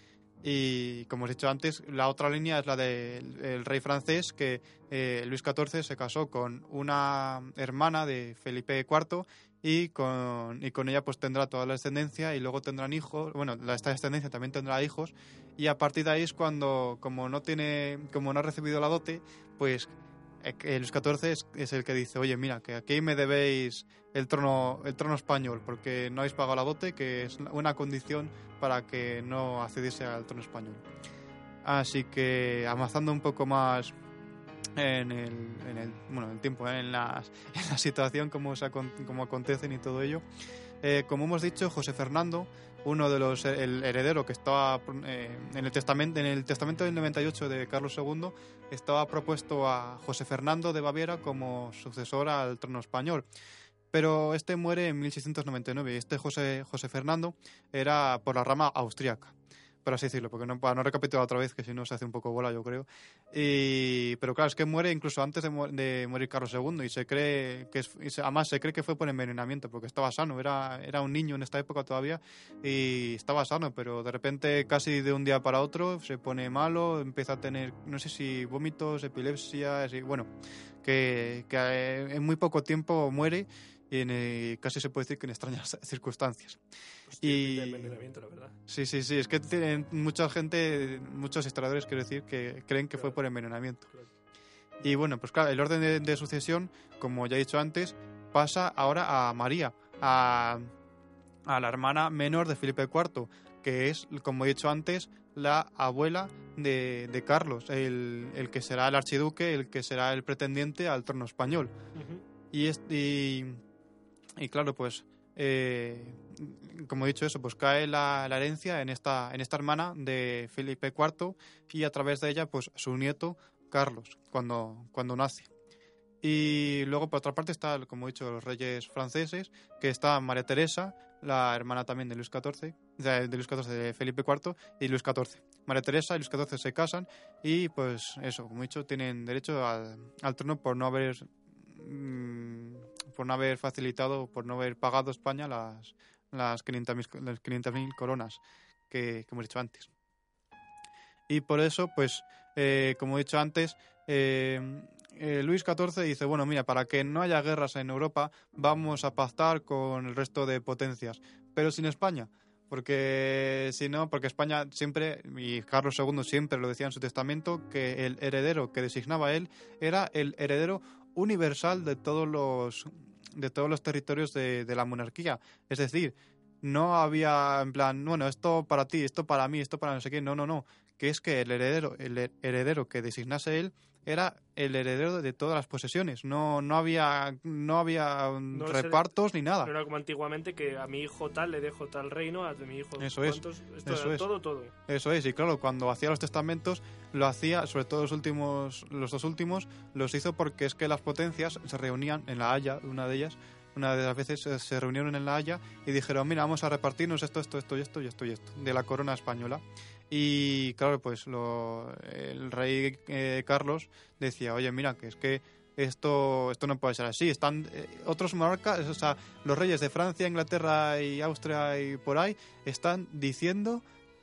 Y como os he dicho antes, la otra línea es la del el rey francés, que eh, Luis catorce se casó con una hermana de Felipe cuarto y con, y con ella pues tendrá toda la descendencia y luego tendrán hijos, bueno, la- esta descendencia también tendrá hijos y a partir de ahí es cuando, como no tiene, como no ha recibido la dote, pues eh, que Luis catorce es, es el que dice, oye, mira, que aquí me debéis el trono, el trono español porque no habéis pagado la dote, que es una condición para que no accediese al trono español. Así que avanzando un poco más en el, en el, bueno, el tiempo, ¿eh? en, la, en la situación, cómo, se, acon- cómo acontecen y todo ello. Eh, como hemos dicho, José Fernando, uno de los, el heredero que estaba eh, en el testamento, en el testamento del noventa y ocho de Carlos segundo, estaba propuesto a José Fernando de Baviera como sucesor al trono español. Pero este muere en mil seiscientos noventa y nueve y este José, José Fernando era por la rama austríaca, por así decirlo, porque no, para no recapitular otra vez, que si no se hace un poco bola, yo creo. Y, pero claro, es que muere incluso antes de, mu- de morir Carlos segundo y se cree que es, y se- además se cree que fue por envenenamiento, porque estaba sano, era, era un niño en esta época todavía y estaba sano, pero de repente casi de un día para otro se pone malo, empieza a tener, no sé si vómitos, epilepsia, y, bueno, que, que eh, en muy poco tiempo muere y en, eh, casi se puede decir que en extrañas circunstancias.
Hostia,
Y-
de envenenamiento, la verdad.
Sí, sí, sí, es que tienen mucha gente, muchos historiadores, quiero decir, que creen que fue
Claro.
por envenenamiento.
Claro.
Y bueno, pues claro, el orden de, de sucesión, como ya he dicho antes, pasa ahora a María, a, a la hermana menor de Felipe cuarto, que es, como he dicho antes, la abuela de, de Carlos, el, el que será el archiduque, el que será el pretendiente al trono español.
Ujú.
Y, es- y, y claro, pues, eh, como he dicho eso, pues cae la, la herencia en esta, en esta hermana de Felipe cuarto y a través de ella, pues, su nieto Carlos, cuando, cuando nace. Y luego, por otra parte, está, como he dicho, los reyes franceses, que está María Teresa, la hermana también de Luis catorce, de, de Luis catorce, de Felipe cuarto y Luis catorce. María Teresa y Luis catorce se casan y, pues, eso, como he dicho, tienen derecho al, al trono por no haber mm, por no haber facilitado, por no haber pagado España las las quinientas mil coronas que, que hemos dicho antes. Y por eso, pues, eh, como he dicho antes, eh, eh, Luis catorce dice, bueno, mira, para que no haya guerras en Europa, vamos a pactar con el resto de potencias, pero sin España. Porque si no, porque España siempre, y Carlos segundo siempre lo decía en su testamento, que el heredero que designaba él era el heredero universal de todos los de todos los territorios de, de la monarquía. Es decir, no había en plan, bueno, esto para ti, esto para mí, esto para no sé qué. No, no, no. Que es que el heredero, el heredero que designase él era el heredero de todas las posesiones. No, no había, no había
No
repartos ni nada.
No era como antiguamente que a mi hijo tal le dejo tal reino, a mi hijo
Eso es,
cuantos. Esto
eso
era
es.
todo, todo.
Eso es, y claro, cuando hacía los testamentos lo hacía, sobre todo los últimos, los dos últimos, los hizo porque es que las potencias se reunían en La Haya, una de ellas, una de las veces eh, se reunieron en La Haya y dijeron, mira, vamos a repartirnos esto, esto, esto y esto y esto y esto, de la corona española. Y claro, pues lo, el rey eh, Carlos decía, oye, mira, que es que esto, esto no puede ser así. Están eh, otros monarcas, o sea, los reyes de Francia, Inglaterra y Austria y por ahí, están diciendo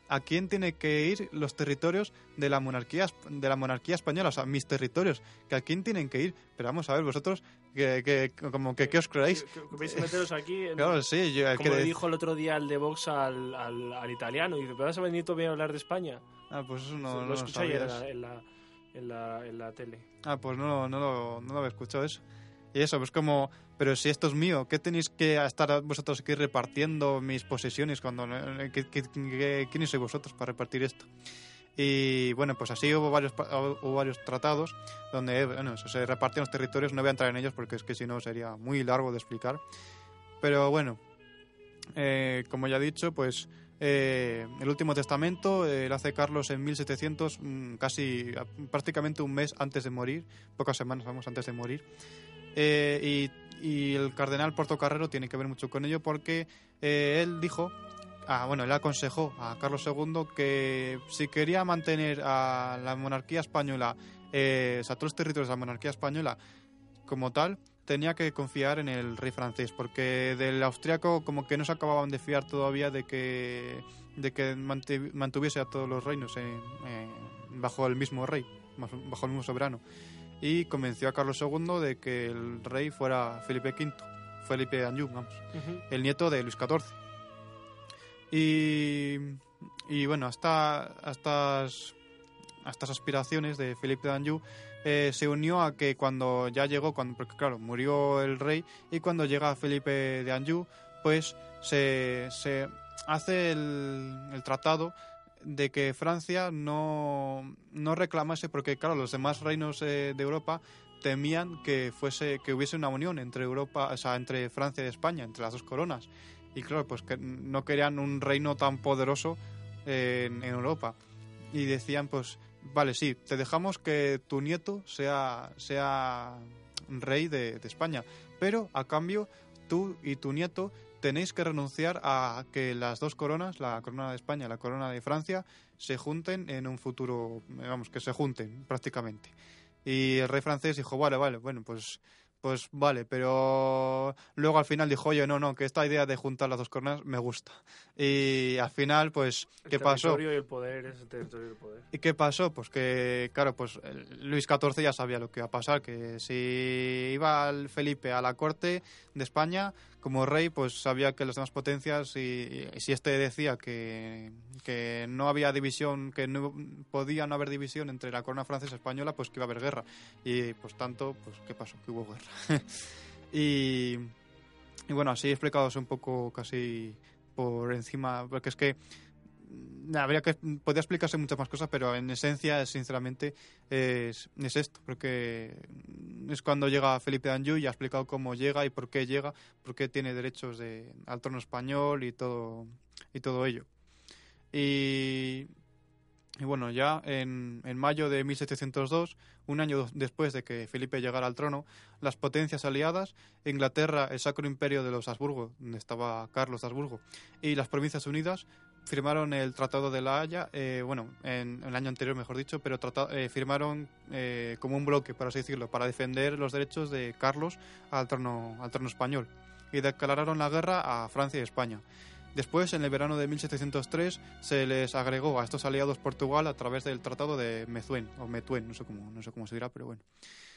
a quién tiene que ir los territorios de la monarquía de la monarquía española, o sea, mis territorios, que a quién tienen que ir. Pero vamos a ver, vosotros, que, que como que, ¿qué os creéis?
Que, que vais a meteros aquí en,
Claro, sí, yo,
como
que
le dijo el otro día el de Vox al, al, al italiano, y dice, ¿vas a venir tú a hablar de España?
Ah, pues eso no,
lo
no lo
escuché ayer en
sabías.
la, en, la, en, la, en la tele.
Ah, pues no, no, lo, no lo había escuchado eso. Y eso, pues como, pero si esto es mío, ¿qué tenéis que estar vosotros aquí repartiendo mis posesiones? Cuando ¿qué, qué, qué, ¿Quiénes sois vosotros para repartir esto? Y bueno, pues así hubo varios hubo varios tratados donde bueno, se repartían los territorios. No voy a entrar en ellos porque es que si no sería muy largo de explicar. Pero bueno, eh, como ya he dicho, pues eh, el último testamento eh, lo hace Carlos en mil setecientos, casi prácticamente un mes antes de morir, pocas semanas vamos antes de morir. Eh, y, y el cardenal Portocarrero tiene que ver mucho con ello porque eh, él dijo, ah, bueno, él aconsejó a Carlos segundo que si quería mantener a la monarquía española, eh, o sea, todos los territorios de la monarquía española como tal, tenía que confiar en el rey francés, porque del austriaco como que no se acababan de fiar todavía de que de que mantuviese a todos los reinos en, eh, bajo el mismo rey, bajo el mismo soberano. Y convenció a Carlos segundo de que el rey fuera Felipe quinto, Felipe de Anjou, vamos, uh-huh. el nieto de Luis catorce. Y, y bueno, hasta, hasta, a estas aspiraciones de Felipe de Anjou eh, se unió a que cuando ya llegó, cuando, porque claro, murió el rey, y cuando llega Felipe de Anjou, pues se, se hace el, el tratado de que Francia no, no reclamase, porque claro, los demás reinos eh, de Europa temían que fuese que hubiese una unión entre Europa, o sea, entre Francia y España, entre las dos coronas, y claro, pues que no querían un reino tan poderoso eh, en, en Europa, y decían, pues vale, sí, te dejamos que tu nieto sea sea rey de, de España, pero a cambio tú y tu nieto tenéis que renunciar a que las dos coronas, la corona de España y la corona de Francia, se junten en un futuro, vamos, que se junten prácticamente. Y el rey francés dijo, vale, vale, bueno, pues pues vale, pero luego al final dijo, oye, no, no, que esta idea de juntar las dos coronas me gusta. Y al final, pues, ¿qué pasó?
El territorio y el poder es el territorio y el poder.
¿Y qué pasó? Pues que, claro, pues Luis catorce ya sabía lo que iba a pasar, que si iba el Felipe a la corte de España como rey, pues sabía que las demás potencias, y, y si este decía que, que no había división, que no podía no haber división entre la corona francesa y española, pues que iba a haber guerra. Y pues tanto, pues ¿qué pasó? Que hubo guerra. y, y bueno, así explicados un poco casi por encima, porque es que habría que podría explicarse muchas más cosas, pero en esencia, sinceramente, es, es esto, porque es cuando llega Felipe de Anjou y ha explicado cómo llega y por qué llega, por qué tiene derechos de, al trono español y todo y todo ello. Y, y bueno, ya en, en mayo de mil setecientos dos, un año después de que Felipe llegara al trono, las potencias aliadas, Inglaterra, el Sacro Imperio de los Habsburgo, donde estaba Carlos de Habsburgo, y las Provincias Unidas, firmaron el Tratado de la Haya, eh, bueno, en, en el año anterior, mejor dicho, pero trata, eh, firmaron eh, como un bloque, por así decirlo, para defender los derechos de Carlos al trono, al trono español, y declararon la guerra a Francia y España. Después, en el verano de mil setecientos tres, se les agregó a estos aliados Portugal a través del Tratado de Methuen, o Methuen, no sé cómo, no sé cómo se dirá, pero bueno.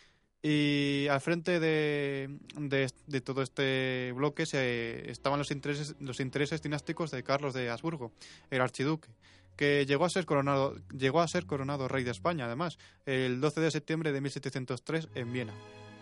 Y al frente de, de, de todo este bloque se, estaban los intereses, los intereses dinásticos de Carlos de Habsburgo, el archiduque, que llegó a ser coronado, llegó a ser coronado rey de España, además, el doce de septiembre de mil setecientos tres en Viena.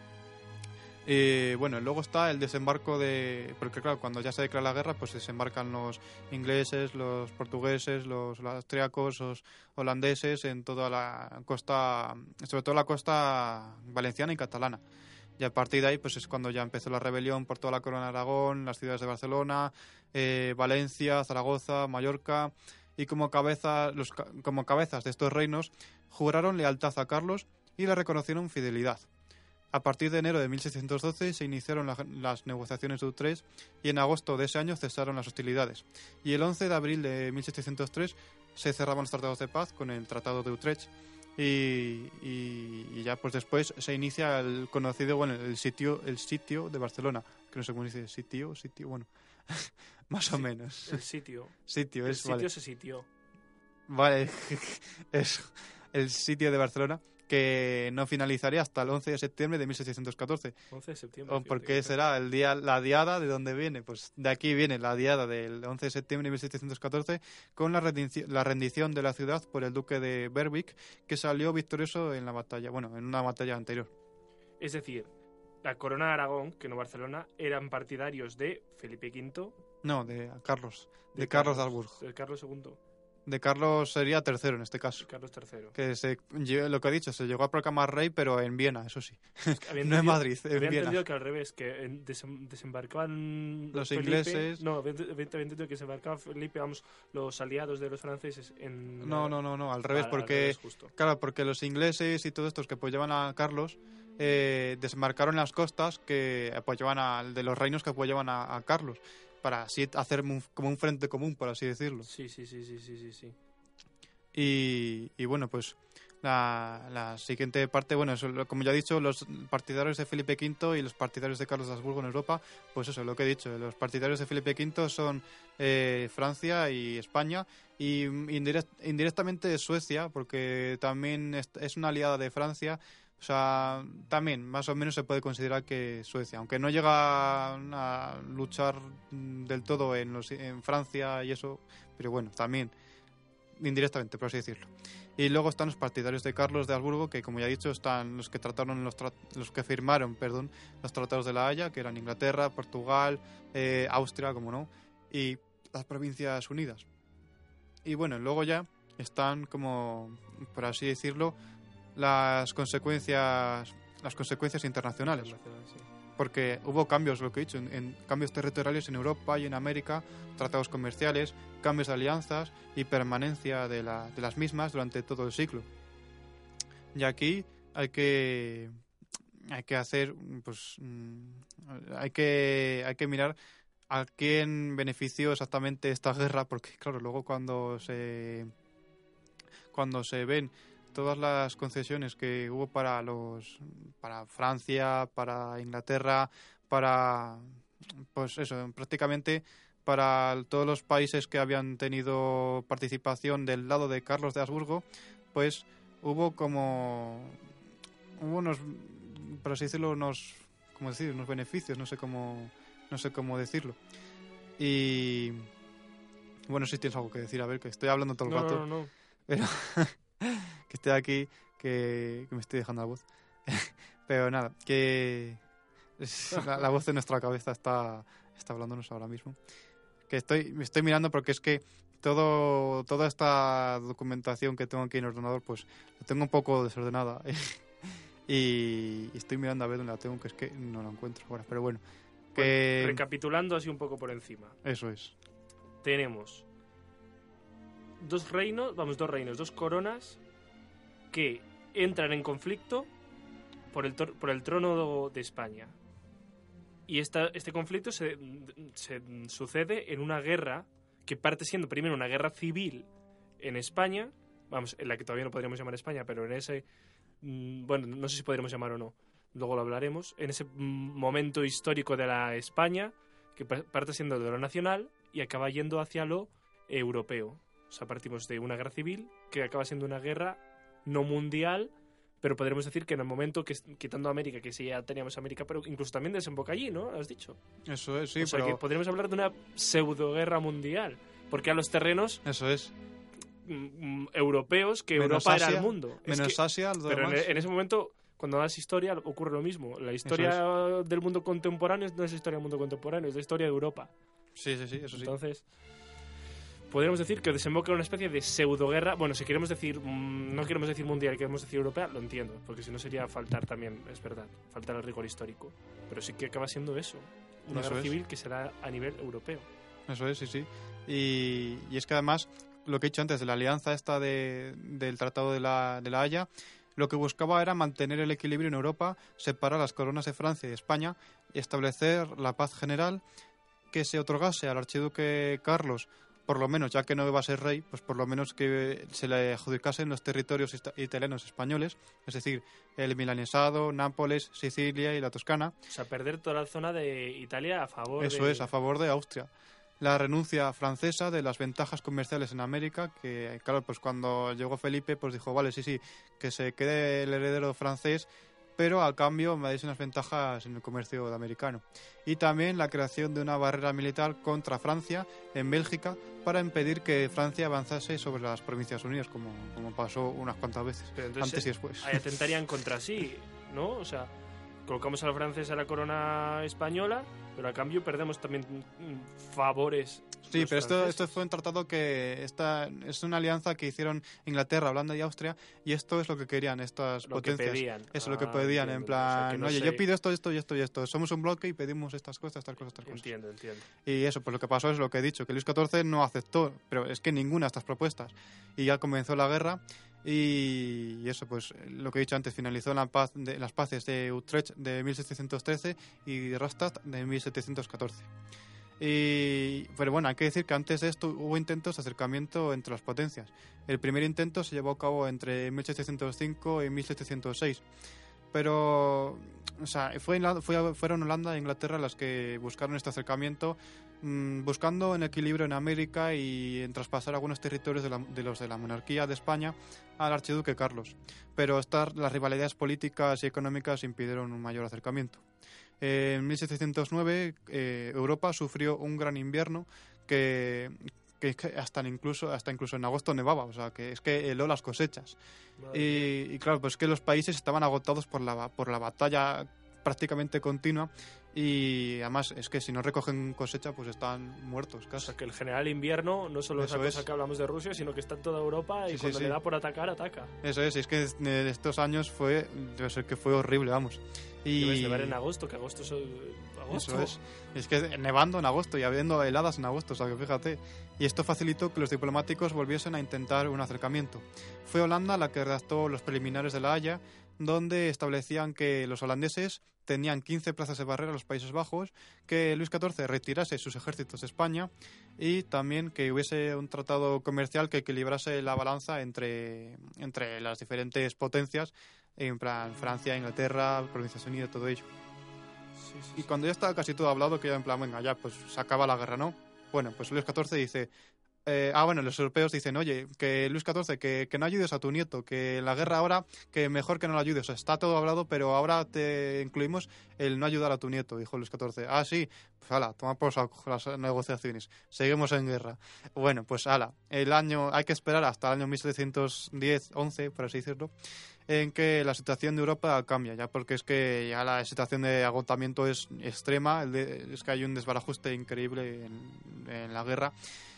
Y bueno, luego está el desembarco de... Porque claro, cuando ya se declara la guerra, pues desembarcan los ingleses, los portugueses, los, los austriacos, los holandeses en toda la costa, sobre todo la costa valenciana y catalana. Y a partir de ahí, pues es cuando ya empezó la rebelión por toda la corona de Aragón, las ciudades de Barcelona, eh, Valencia, Zaragoza, Mallorca, y como, cabeza, los, como cabezas de estos reinos juraron lealtad a Carlos y le reconocieron fidelidad. A partir de enero de mil seiscientos doce se iniciaron la, las negociaciones de Utrecht y en agosto de ese año cesaron las hostilidades. Y el once de abril de mil setecientos tres se cerraban los tratados de paz con el Tratado de Utrecht y, y, y ya pues después se inicia el conocido, bueno, el sitio, el sitio de Barcelona, que no sé cómo dice, sitio, sitio, bueno, más o menos.
El sitio.
Sitio,
el
es,
sitio
vale.
se sitió.
Vale, es el sitio de Barcelona que no finalizaría hasta el once de septiembre de mil seiscientos catorce.
once de septiembre.
¿O por qué será el día, la diada de dónde viene? Pues de aquí viene la diada del once de septiembre de mil seiscientos catorce con la rendición, la rendición de la ciudad por el duque de Berwick, que salió victorioso en la batalla, bueno, en una batalla anterior.
Es decir, la corona de Aragón, que no Barcelona, eran partidarios de Felipe quinto.
No, de Carlos, de,
De
Carlos,
Carlos
de Habsburgo.
De Carlos segundo.
De Carlos sería tercero en este caso.
Carlos tercero.
Que se, lo que he dicho, se llegó a proclamar rey, pero en Viena, eso sí.
Había
No en Madrid, en
había
Viena.
entendido que al revés, que en- desem- desembarcaban
Los
Felipe-
ingleses.
No, había había entendido que desembarcaban Felipe, vamos, los aliados de los franceses en...
No, no, no, no, al revés,
Al- al
porque
revés, justo.
claro, porque los ingleses y todos estos que apoyaban a Carlos eh, desembarcaron en las costas que apoyaban al de los reinos que apoyaban a, a Carlos, para así hacer un- como un frente común, por así decirlo.
Sí, sí, sí, sí, sí, sí, sí.
Y, y bueno, pues la, la siguiente parte, bueno, eso, lo- como ya he dicho, los partidarios de Felipe quinto y los partidarios de Carlos de Habsburgo en Europa, pues eso, lo que he dicho, los partidarios de Felipe quinto son eh, Francia y España, y indirect- indirectamente Suecia, porque también es, es una aliada de Francia. O sea, también más o menos se puede considerar que Suecia, aunque no llega a luchar mm, del todo en, los, en Francia y eso, pero bueno, también indirectamente, por así decirlo. Y luego están los partidarios de Carlos de Habsburgo, que como ya he dicho, están los que trataron los, tra- los que firmaron, perdón, los tratados de la Haya, que eran Inglaterra, Portugal, eh, Austria, como no, y las Provincias Unidas. Y bueno, luego ya están como, por así decirlo, las consecuencias las consecuencias internacionales,
Internacional, sí.
porque hubo cambios, lo que he dicho, en, en cambios territoriales en Europa y en América, tratados comerciales, cambios de alianzas y permanencia de, la, de las mismas durante todo el siglo. Y aquí hay que hay que hacer, pues mm, hay que hay que mirar a quién benefició exactamente esta guerra, porque claro, luego cuando se cuando se ven todas las concesiones que hubo para los para Francia, para Inglaterra, para pues eso, prácticamente para todos los países que habían tenido participación del lado de Carlos de Habsburgo, pues hubo como hubo unos, por así decirlo, unos ¿cómo decir? unos beneficios, no sé cómo no sé cómo decirlo. Y bueno, si tienes algo que decir, a ver, que estoy hablando todo el
No,
rato,
no, no, no.
pero que estoy aquí, que, que me estoy dejando la voz. Pero nada, que es- la, la voz de nuestra cabeza está, está hablándonos ahora mismo. Que estoy, me estoy mirando porque es que todo toda esta documentación que tengo aquí en el ordenador, pues la tengo un poco desordenada. y, y estoy mirando a ver dónde la tengo, que es que no la encuentro ahora. Pero bueno, que
Bueno, recapitulando así un poco por encima.
eso es.
Tenemos dos reinos, vamos, dos reinos, dos coronas que entran en conflicto por el, tor- por el trono de España. Y esta, este conflicto se, se sucede en una guerra que parte siendo primero una guerra civil en España, vamos, en la que todavía no podríamos llamar España, pero en ese, mm, bueno, no sé si podríamos llamar o no, luego lo hablaremos, en ese mm, momento histórico de la España, que pa- parte siendo de lo nacional y acaba yendo hacia lo europeo. O sea, partimos de una guerra civil que acaba siendo una guerra no mundial, pero podríamos decir que en el momento que, quitando América, que sí ya teníamos América, pero incluso también desemboca allí, ¿no? Has dicho.
Eso es, sí,
o sea,
pero
que podríamos hablar de una pseudo-guerra mundial, porque a los terrenos
eso es.
mm, mm, europeos, que
Menos
Europa
Asia,
era el mundo. Es
Menos
que-
Asia, lo
pero en,
demás.
en ese momento, cuando das historia, ocurre lo mismo. La historia del mundo contemporáneo no es la historia del mundo contemporáneo, es la historia de Europa.
Sí, sí, sí, eso sí.
Entonces, podríamos decir que desemboca en una especie de pseudoguerra. Bueno, si queremos decir, mmm, no queremos decir mundial, queremos decir europea, lo entiendo, porque si no sería faltar también, es verdad, faltar al rigor histórico. Pero sí que acaba siendo eso, una
Eso
guerra
es.
civil que se da a nivel europeo.
Eso es, sí, sí. Y, y es que además, lo que he dicho antes, de la alianza esta de, del Tratado de la, de la Haya, lo que buscaba era mantener el equilibrio en Europa, separar las coronas de Francia y de España y establecer la paz general, que se otorgase al archiduque Carlos, por lo menos, ya que no iba a ser rey, pues por lo menos que se le adjudicasen los territorios ita- italianos españoles, es decir, el milanesado, Nápoles, Sicilia y la Toscana.
O sea, perder toda la zona de Italia a favor
Eso
de...
es, a favor de Austria. la renuncia francesa de las ventajas comerciales en América, que claro, pues cuando llegó Felipe, pues dijo, vale, sí, sí, que se quede el heredero francés, pero a cambio me dais unas ventajas en el comercio americano. Y también la creación de una barrera militar contra Francia en Bélgica para impedir que Francia avanzase sobre las Provincias Unidas, como, como pasó unas cuantas veces,
Pero entonces,
antes y después.
ahí atentarían contra sí, ¿no? O sea, colocamos a la francesa la corona española, pero a cambio perdemos también mm, favores.
Sí,
los
pero esto,
franceses.
esto fue un tratado que esta, es una alianza que hicieron Inglaterra, Holanda y Austria, y esto es lo que querían estas
Lo que
potencias.
pedían.
Eso es lo que
Ah,
pedían,
entiendo.
en
O
plan,
sea, que no
oye,
sé-
yo pido esto, esto y esto y esto. Somos un bloque y pedimos estas cosas, estas cosas, estas cosas.
Entiendo, entiendo.
Y eso, pues lo que pasó es lo que he dicho, que Luis catorce no aceptó, pero es que ninguna de estas propuestas. Y ya comenzó la guerra y, y eso, pues lo que he dicho antes, finalizó la paz de, las paces de Utrecht de mil setecientos trece y de Rastatt de mil setecientos catorce. Y, pero bueno, hay que decir que antes de esto hubo intentos de acercamiento entre las potencias. El primer intento se llevó a cabo entre mil setecientos cinco y mil setecientos seis. Pero, o sea, fue, fue, fueron Holanda e Inglaterra las que buscaron este acercamiento, mmm, buscando un equilibrio en América y en traspasar algunos territorios de, la, de los de la monarquía de España al archiduque Carlos. Pero estas, las rivalidades políticas y económicas impidieron un mayor acercamiento. Eh, en mil setecientos nueve eh, Europa sufrió un gran invierno que, que hasta incluso hasta incluso en agosto nevaba, o sea que es que heló las cosechas. Y, y claro, pues que los países estaban agotados por la por la batalla prácticamente continua y además es que si no recogen cosecha pues están muertos casi.
O sea, que el general invierno no solo es
Eso
esa cosa
es.
que hablamos de Rusia, sino que está en toda Europa y
Sí, sí,
cuando
sí.
le da por atacar, ataca.
Eso es, es que de estos años fue, debe ser que fue horrible, vamos. Y
Debes nevar en agosto, que agosto es agosto.
Eso es. Es que nevando en agosto y habiendo heladas en agosto, o sea que fíjate. Y esto facilitó que los diplomáticos volviesen a intentar un acercamiento. Fue Holanda la que redactó los preliminares de la Haya, donde establecían que los holandeses tenían quince plazas de barrera en los Países Bajos, que Luis catorce retirase sus ejércitos de España y también que hubiese un tratado comercial que equilibrase la balanza entre, entre las diferentes potencias, en plan Francia, Inglaterra, Provincias Unidas, todo ello.
Sí, sí,
Y
sí.
cuando ya estaba casi todo hablado, que ya en plan, venga, ya, pues se acaba la guerra, ¿no? Bueno, pues Luis catorce dice... Eh, ah, bueno, los europeos dicen, oye, que Luis catorce, que, que no ayudes a tu nieto, que la guerra ahora, que mejor que no la ayudes. O sea, está todo hablado, pero ahora te incluimos el no ayudar a tu nieto, dijo Luis catorce. Ah, sí, pues ala, toma por saco las negociaciones. Seguimos en guerra. Bueno, pues ala, el año, hay que esperar hasta el año mil setecientos diez, once, por así decirlo, en que la situación de Europa cambia, ya porque es que ya la situación de agotamiento es extrema, el de, es que hay un desbarajuste increíble en, en la guerra.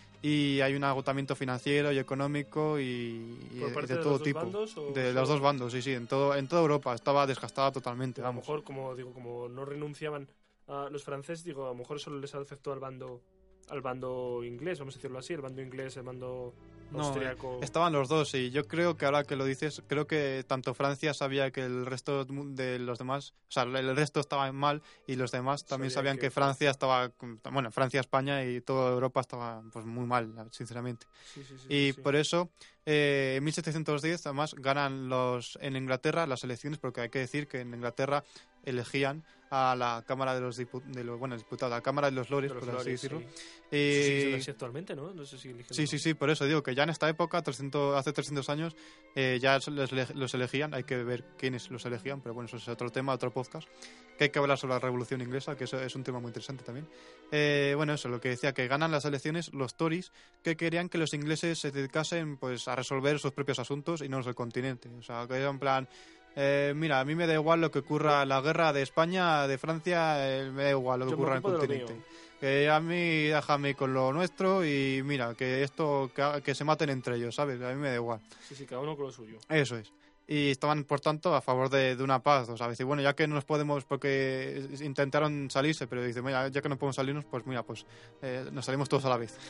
Y hay un agotamiento financiero y económico y, y
¿Por
de,
parte
de
de
todo
los dos
tipo.
bandos o
De
solo-
los dos bandos, sí, sí. En, todo, en toda Europa estaba desgastada totalmente,
A lo
vamos.
mejor, como digo, como no renunciaban a los franceses, digo, a lo mejor solo les afectó al bando al bando inglés, vamos a decirlo así, el bando inglés, el bando
No,
austriaco.
estaban los dos y yo creo que ahora que lo dices, creo que tanto Francia sabía que el resto de los demás, o sea, el resto estaba mal y los demás también
Sabían
sabían
que
que Francia estaba, bueno, Francia, España y toda Europa estaba pues muy mal, sinceramente.
Sí, sí, sí,
Y
sí, sí.
por eso, eh, en mil setecientos diez, además, ganan los en Inglaterra las elecciones, porque hay que decir que en Inglaterra elegían a la Cámara de los, dipu de los bueno, diputados, a la Cámara de los Lores,
De los
por así
Lores,
decirlo.
sí.
Y-
Sí, sí, sí, sí, actualmente, ¿no? No sé si eligen-
Sí, sí, sí, por eso digo que ya en esta época, trescientos, hace trescientos años, eh, ya los, los elegían, hay que ver quiénes los elegían, pero bueno, eso es otro tema, otro podcast, que hay que hablar sobre la Revolución Inglesa, que eso es un tema muy interesante también. Eh, bueno, eso, lo que decía, que ganan las elecciones los Tories, que querían que los ingleses se dedicasen pues a resolver sus propios asuntos y no los del continente. O sea, que era en plan... Eh, mira, a mí me da igual lo que ocurra en la guerra de España, de Francia, eh, me da igual lo que
Yo me
ocurra en el
ocupo de lo
continente.
mío.
Que a mí déjame con lo nuestro y mira, que esto, que, ha- que se maten entre ellos, ¿sabes? A mí me da igual.
Sí, sí, cada uno con lo suyo.
Eso es. Y estaban, por tanto, a favor de, de una paz, o sea, y bueno, ya que no nos podemos, porque intentaron salirse, pero dice, mira, ya que no podemos salirnos, pues mira, pues eh, nos salimos todos a la vez.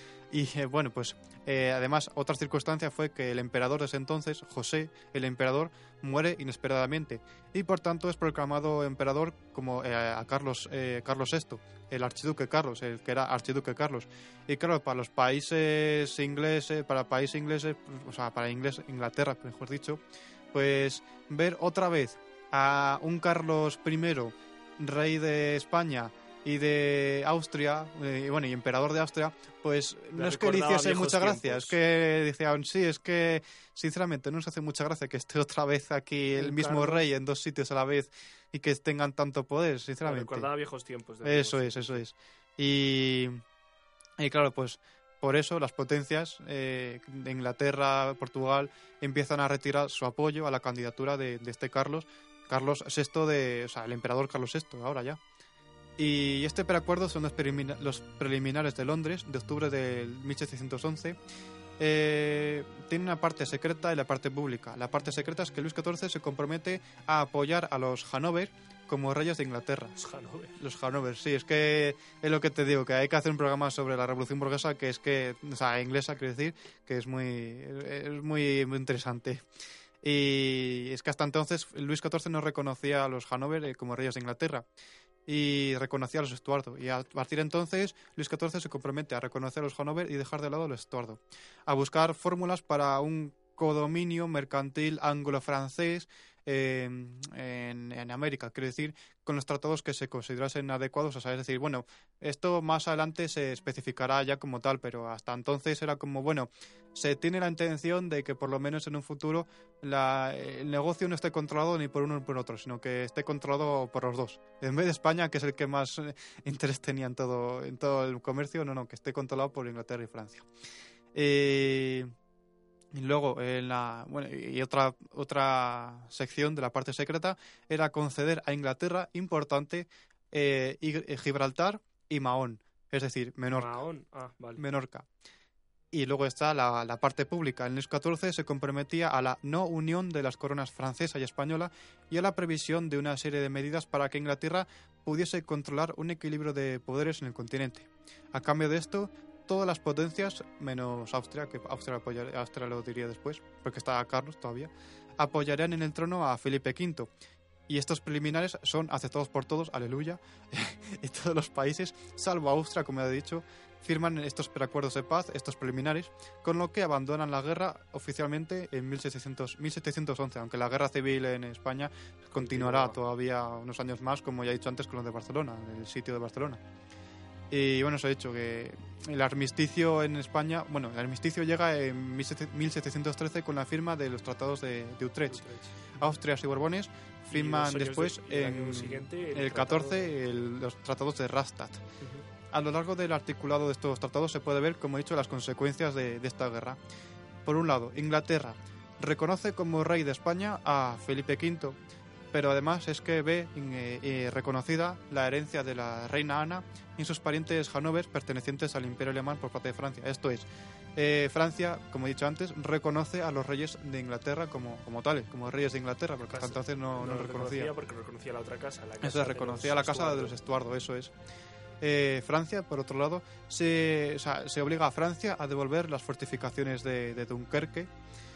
Y eh, bueno, pues eh, además otra circunstancia fue que el emperador de ese entonces, José, el emperador, muere inesperadamente y por tanto es proclamado emperador como eh, a Carlos eh, Carlos sexto, el archiduque Carlos, el que era archiduque Carlos. Y claro, para los países ingleses, para países ingleses, o sea, para inglés, Inglaterra, mejor dicho, pues ver otra vez a un Carlos primero, rey de España, y de Austria, eh, y bueno, y emperador de Austria, pues
Le
no es que le
recordaba
hiciese
viejos
mucha gracia,
tiempos.
es que decían, sí, es que sinceramente no nos hace mucha gracia que esté otra vez aquí el
Un
mismo
cargo.
rey en dos sitios a la vez y que tengan tanto poder,
Me
sinceramente.
recordaba viejos tiempos. de
Eso es, eso es. Y, y claro, pues por eso las potencias eh, de Inglaterra, Portugal, empiezan a retirar su apoyo a la candidatura de, de este Carlos, Carlos sexto, de, o sea, el emperador Carlos sexto, ahora ya. Y este preacuerdo son los, prelimina- los preliminares de Londres, de octubre de mil setecientos once. Eh, tiene una parte secreta y la parte pública. La parte secreta es que Luis catorce se compromete a apoyar a los Hanover como reyes de Inglaterra.
Los Hanover.
Los Hanover, sí, es que es lo que te digo, que hay que hacer un programa sobre la Revolución Burguesa, que es que, o sea, inglesa, quiero decir, que es muy, es muy, muy interesante. Y es que hasta entonces Luis catorce no reconocía a los Hanover eh, como reyes de Inglaterra y reconocía a los Estuardo. Y a partir de entonces Luis catorce se compromete a reconocer a los Hanover y dejar de lado a los Estuardo, a buscar fórmulas para un codominio mercantil anglo-francés eh, en, en América, quiero decir, con los tratados que se considerasen adecuados, o sea, es decir, bueno, esto más adelante se especificará ya como tal, pero hasta entonces era como, bueno, se tiene la intención de que por lo menos en un futuro la, el negocio no esté controlado ni por uno ni por otro, sino que esté controlado por los dos. En vez de España, que es el que más eh, interés tenía en todo, en todo el comercio, no, no, que esté controlado por Inglaterra y Francia. Eh... Y luego, en la, bueno, y otra, otra sección de la parte secreta era conceder a Inglaterra, importante, eh, y- Gibraltar y Mahón, es decir, Menorca.
Mahón. Ah, vale.
Menorca. Y luego está la, la parte pública. En Luis catorce se comprometía a la no unión de las coronas francesa y española y a la previsión de una serie de medidas para que Inglaterra pudiese controlar un equilibrio de poderes en el continente. A cambio de esto, todas las potencias, menos Austria, que Austria, apoyar, Austria lo diría después, porque está Carlos todavía, apoyarían en el trono a Felipe quinto. Y estos preliminares son aceptados por todos, aleluya, y todos los países, salvo Austria, como ya he dicho, firman estos preacuerdos de paz, estos preliminares, con lo que abandonan la guerra oficialmente en mil setecientos, mil setecientos once, aunque la guerra civil en España continuará
Continúa.
todavía unos años más, como ya he dicho antes con lo de Barcelona, el sitio de Barcelona. Y bueno, os he dicho que el armisticio en España, bueno, el armisticio llega en mil setecientos trece con la firma de los tratados de, de Utrecht. Austria y Borbones
Y
firman
dos años
después
de- y el año
en
siguiente, el
el
tratado-
catorce el- los tratados de Rastatt.
Ujú.
A lo largo del articulado de estos tratados se puede ver, como he dicho, las consecuencias de, de esta guerra. Por un lado, Inglaterra reconoce como rey de España a Felipe quinto, pero además es que ve eh, eh, reconocida la herencia de la reina Ana y sus parientes Hanover pertenecientes al Imperio Alemán por parte de Francia. Esto es, eh, Francia, como he dicho antes, reconoce a los reyes de Inglaterra como, como tales, como reyes de Inglaterra, porque hasta entonces no, no
lo
reconocía.
porque reconocía la otra casa. La casa
Eso es,
de
reconocía
los
la casa de los
Estuardo.
Estuardo, eso es. Eh, Francia, por otro lado, se, o sea, se obliga a Francia a devolver las fortificaciones de, de Dunkerque.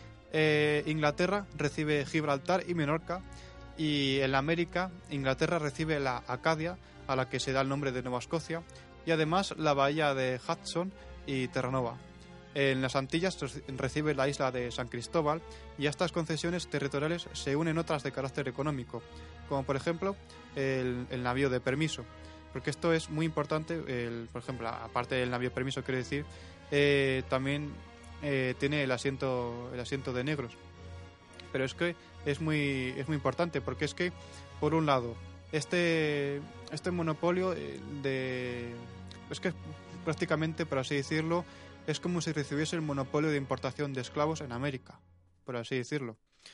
Eh, Inglaterra recibe Gibraltar y Menorca. Y en América, Inglaterra recibe la Acadia, a la que se da el nombre de Nueva Escocia, y además la bahía de Hudson y Terranova. En las Antillas recibe la isla de San Cristóbal, y a estas concesiones territoriales se unen otras de carácter económico, como por ejemplo el, el navío de permiso. Porque esto es muy importante, el, por ejemplo, aparte del navío de permiso, quiero decir, eh, también eh, tiene el asiento, el asiento de negros. Pero es que es muy, es muy importante, porque es que, por un lado, este, este monopolio de... Es que prácticamente, por así decirlo, es como si recibiese el monopolio de importación de esclavos en América, por así decirlo.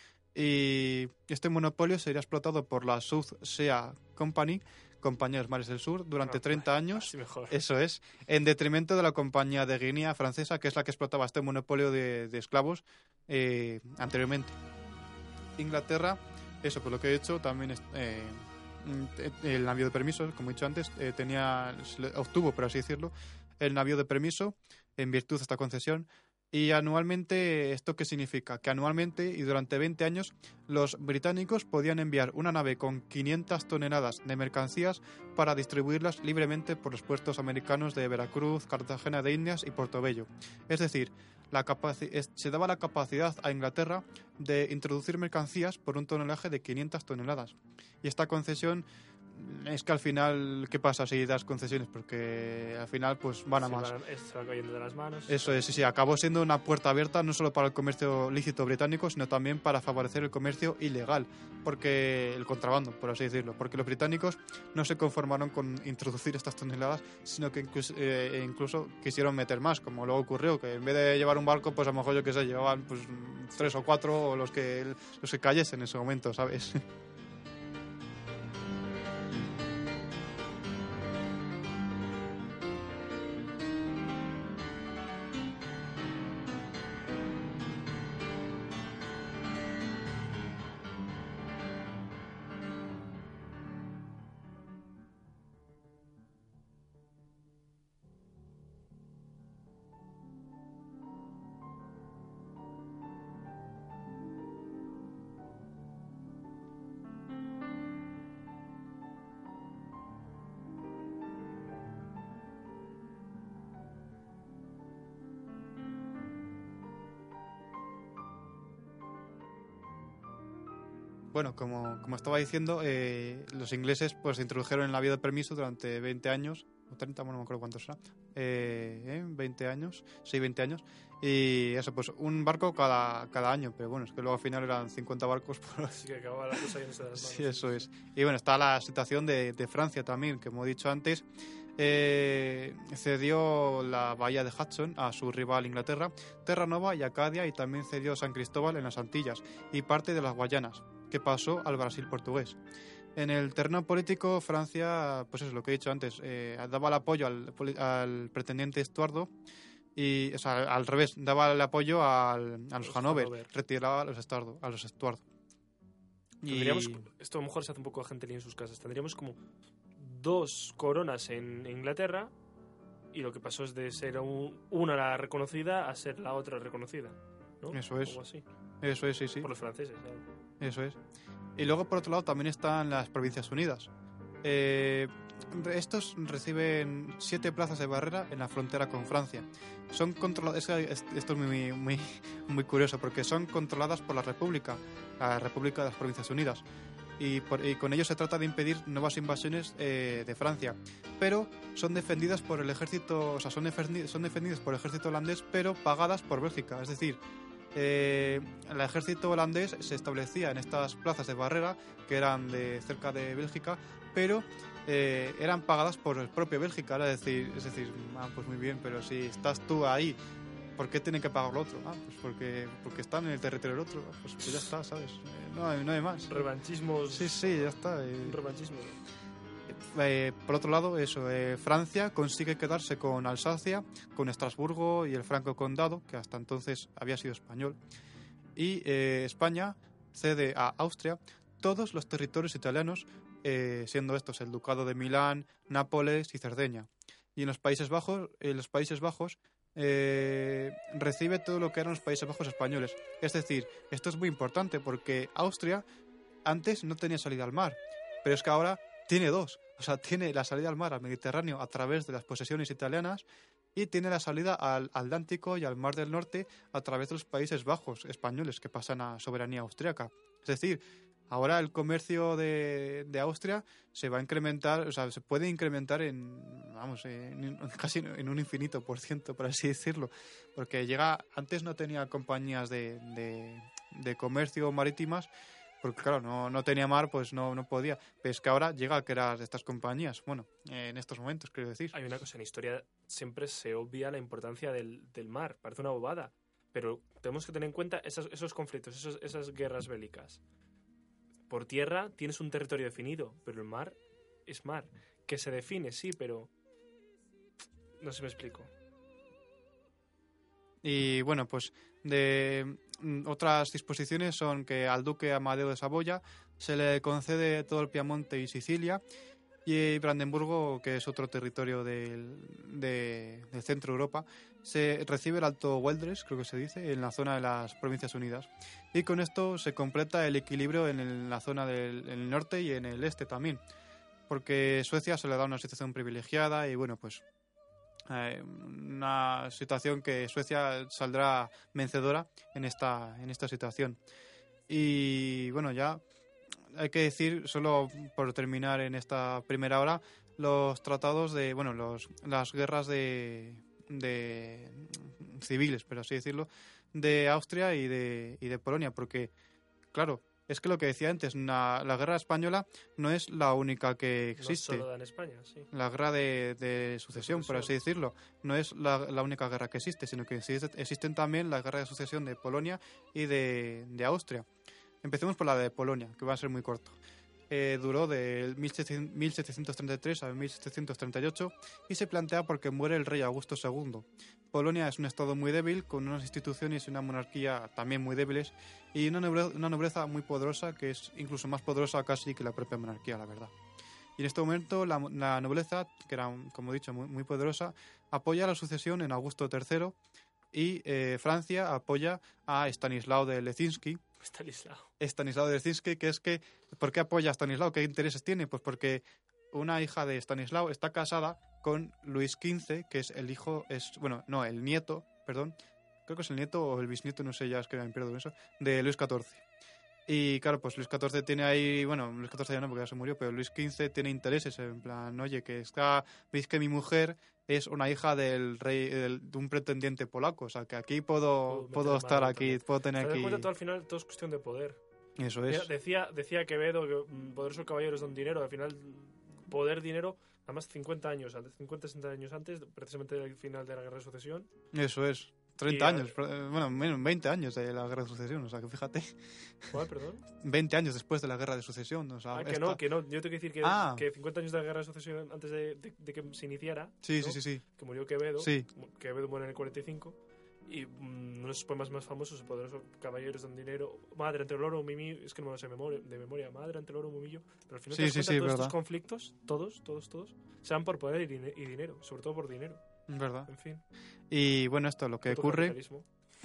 Y este monopolio sería explotado por la South Sea Company, Compañía de los Mares del Sur, durante
Ah,
treinta años.
así mejor.
Eso es, en detrimento de la Compañía de Guinea francesa, que es la que explotaba este monopolio de, de esclavos eh, anteriormente. Inglaterra, eso por lo que he hecho, también eh, el navío de permiso, como he dicho antes, eh, tenía, obtuvo, por así decirlo, el navío de permiso en virtud de esta concesión. Y anualmente, ¿esto qué significa? Que anualmente y durante veinte años los británicos podían enviar una nave con quinientas toneladas de mercancías para distribuirlas libremente por los puertos americanos de Veracruz, Cartagena de Indias y Portobello. Es decir, la capaci- es- se daba la capacidad a Inglaterra de introducir mercancías por un tonelaje de quinientas toneladas. Y esta concesión es que al final, ¿qué pasa si das concesiones? Porque al final pues van a
Se
más.
van- se va cayendo de las manos.
Eso es, sí, sí, acabó siendo una puerta abierta no solo para el comercio lícito británico, sino también para favorecer el comercio ilegal, porque el contrabando, por así decirlo, porque los británicos no se conformaron con introducir estas toneladas, sino que incluso, eh, incluso quisieron meter más, como luego ocurrió, que en vez de llevar un barco, pues a lo mejor yo que sé, llevaban pues tres o cuatro o los que los que cayesen en ese momento, ¿sabes? Bueno, como, como estaba diciendo, eh, los ingleses pues introdujeron el navío de permiso durante veinte años, o treinta, bueno, no me acuerdo cuántos será, eh, ¿eh? veinte años, sí, veinte años, y eso, pues un barco cada, cada año, pero bueno, es que luego al final eran cincuenta barcos. Por...
Así que acababa la cosa yéndose de las manos.
Sí, eso es. Y bueno, está la situación de, de Francia también, que como he dicho antes, eh, cedió la bahía de Hudson a su rival Inglaterra, Terranova y Acadia, y también cedió San Cristóbal en las Antillas y parte de las Guayanas, que pasó al Brasil portugués. En el terreno político, Francia, pues es lo que he dicho antes, eh, daba el apoyo al, al pretendiente Estuardo, y, o sea, al revés, daba el apoyo al, a los, los Hanover, Hanover, retiraba a los Estuardo. A los Estuardo.
Tendríamos, y... esto a lo mejor se hace un poco a gente en sus casas, tendríamos como dos coronas en Inglaterra, y lo que pasó es de ser un, una la reconocida a ser la otra reconocida, ¿no?
Eso es.
Algo así.
Eso es, sí, sí.
Por los franceses, ¿sabes?
Eso es. Y luego, por otro lado, también están las Provincias Unidas. Eh, estos reciben siete plazas de barrera en la frontera con Francia. Son controladas, esto es muy, muy, muy curioso, porque son controladas por la República, la República de las Provincias Unidas. Y, por, y con ello se trata de impedir nuevas invasiones eh, de Francia. Pero son defendidas por el ejército, o sea, son, defendi- son defendidas por el ejército holandés, pero pagadas por Bélgica. Es decir, Eh, el ejército holandés se establecía en estas plazas de barrera que eran de cerca de Bélgica, pero eh, eran pagadas por el propio Bélgica. Es decir, es decir, ah, pues muy bien, pero si estás tú ahí, ¿por qué tienen que pagar lo otro? Ah, pues porque, porque están en el territorio del otro. Pues, pues ya está, ¿sabes? Eh, no, hay, no hay más.
Revanchismo.
Sí, sí, ya está. Eh.
Un revanchismo.
Eh, por otro lado, eso, eh, Francia consigue quedarse con Alsacia, con Estrasburgo y el Franco Condado, que hasta entonces había sido español, y eh, España cede a Austria todos los territorios italianos, eh, siendo estos el Ducado de Milán, Nápoles y Cerdeña. Y en los Países Bajos, en los Países Bajos eh, recibe todo lo que eran los Países Bajos españoles. Es decir, esto es muy importante porque Austria antes no tenía salida al mar, pero es que ahora tiene dos. O sea, tiene la salida al mar, al Mediterráneo, a través de las posesiones italianas, y tiene la salida al Atlántico y al Mar del Norte a través de los Países Bajos españoles, que pasan a soberanía austríaca. Es decir, ahora el comercio de, de Austria se va a incrementar, o sea, se puede incrementar en, vamos, en, casi en un infinito por ciento, por así decirlo, porque llega, antes no tenía compañías de, de, de comercio marítimas, porque claro, no, no tenía mar, pues no, no podía. Pero es que ahora llega a crear estas compañías. Bueno, eh, en estos momentos, quiero decir.
Hay una cosa, en historia siempre se obvia la importancia del, del mar. Parece una bobada. Pero tenemos que tener en cuenta esos, esos conflictos, esos, esas guerras bélicas. Por tierra tienes un territorio definido, pero el mar es mar. Que se define, sí, pero... No sé si me explico.
Y bueno, pues de otras disposiciones son que al duque Amadeo de Saboya se le concede todo el Piamonte y Sicilia, y Brandenburgo, que es otro territorio del, de, del centro de Europa, se recibe el Alto Weldres, creo que se dice, en la zona de las Provincias Unidas. Y con esto se completa el equilibrio en, el, en la zona del en el norte y en el este también, porque Suecia se le da una situación privilegiada y bueno, pues Eh, una situación que Suecia saldrá vencedora en esta en esta situación. Y bueno, ya hay que decir, solo por terminar en esta primera hora, los tratados de, bueno, los, las guerras de, de civiles, por así decirlo, de Austria y de, y de Polonia, porque, claro, es que lo que decía antes, la, la guerra española no es la única que existe.
No solo da en España, sí.
La guerra de, de sucesión, por así decirlo, no es la, la única guerra que existe, sino que existe, existen también las guerras de sucesión de Polonia y de, de Austria. Empecemos por la de Polonia, que va a ser muy corto. Eh, duró de mil setecientos treinta y tres a mil setecientos treinta y ocho y se plantea porque muere el rey Augusto segundo. Polonia es un estado muy débil, con unas instituciones y una monarquía también muy débiles, y una nobleza, una nobleza muy poderosa, que es incluso más poderosa casi que la propia monarquía, la verdad. Y en este momento la, la nobleza, que era, como he dicho, muy, muy poderosa, apoya la sucesión en Augusto tercero, y eh, Francia apoya a Stanislao de Leszczynski.
Stanislao.
Stanislao de Leszczynski, que es que... ¿Por qué apoya a Stanislao? ¿Qué intereses tiene? Pues porque una hija de Stanislao está casada con Luis quince, que es el hijo... es Bueno, no, el nieto, perdón. Creo que es el nieto o el bisnieto, no sé, ya es que me pierdo en eso, de Luis catorce. Y claro, pues Luis catorce tiene ahí... Bueno, Luis catorce ya no, porque ya se murió, pero Luis quince tiene intereses, en plan, oye, que está... Veis que mi mujer es una hija del rey, del, de un pretendiente polaco, o sea, que aquí puedo, puedo, puedo estar aquí, también. Puedo tener aquí...
Cuenta, todo, al final todo es cuestión de poder.
Eso es.
Decía, decía Quevedo que poderosos caballeros don dinero, al final poder, dinero, nada más cincuenta años antes, cincuenta, sesenta años antes, precisamente del final de la Guerra de Sucesión.
Eso es. treinta años, bueno, menos veinte años de la Guerra de Sucesión, o sea, que fíjate.
¿Cuál, perdón?
veinte años después de la Guerra de Sucesión, o sea...
Ah, que
esta...
no, que no, yo tengo que decir que,
ah.
que cincuenta años de la Guerra de Sucesión antes de, de, de que se iniciara,
sí,
¿no?
sí, sí, sí.
Que murió Quevedo,
sí.
Quevedo muere en el cuarenta y cinco, y mm, uno de sus poemas más famosos, Poderosos caballeros don dinero, madre ante el oro, mimillo, es que no me lo sé de memoria, de memoria madre ante el oro, mimillo, pero al final
sí,
te das
sí,
cuenta
sí,
todos
verdad.
estos conflictos, todos, todos, todos, se dan por poder y, y dinero, sobre todo por dinero.
¿Verdad?
En fin.
Y bueno, esto lo que
Puto
ocurre...
capitalismo.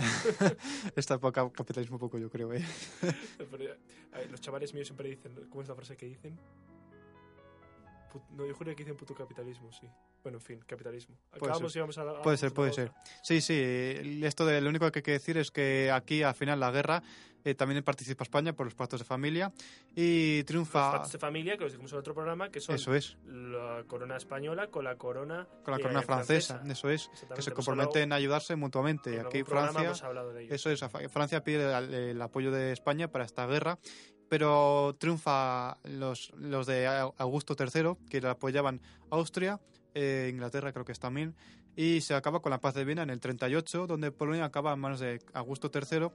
Esta época capitalismo poco, yo creo, ¿eh?
Pero, a ver, los chavales míos siempre dicen, ¿cómo es la frase que dicen? Put, no, yo juro que dicen puto capitalismo, sí. Bueno, en fin, capitalismo. Acabamos y vamos a... a
puede ser, puede ser. Sí, sí, esto de lo único que hay que decir es que aquí, al final, la guerra, eh, también participa España por los pactos de familia y triunfa...
Los pactos de familia, que os dijimos en otro programa, que son
eso es.
La corona española con la corona...
Con la corona francesa, francesa, eso es. Que se comprometen hablado, a ayudarse mutuamente. Aquí Francia... Eso es, Francia pide el, el apoyo de España para esta guerra, pero triunfa los, los de Augusto tercero, que le apoyaban Austria, eh, Inglaterra creo que es también, y se acaba con la paz de Viena en el treinta y ocho, donde Polonia acaba en manos de Augusto tercero,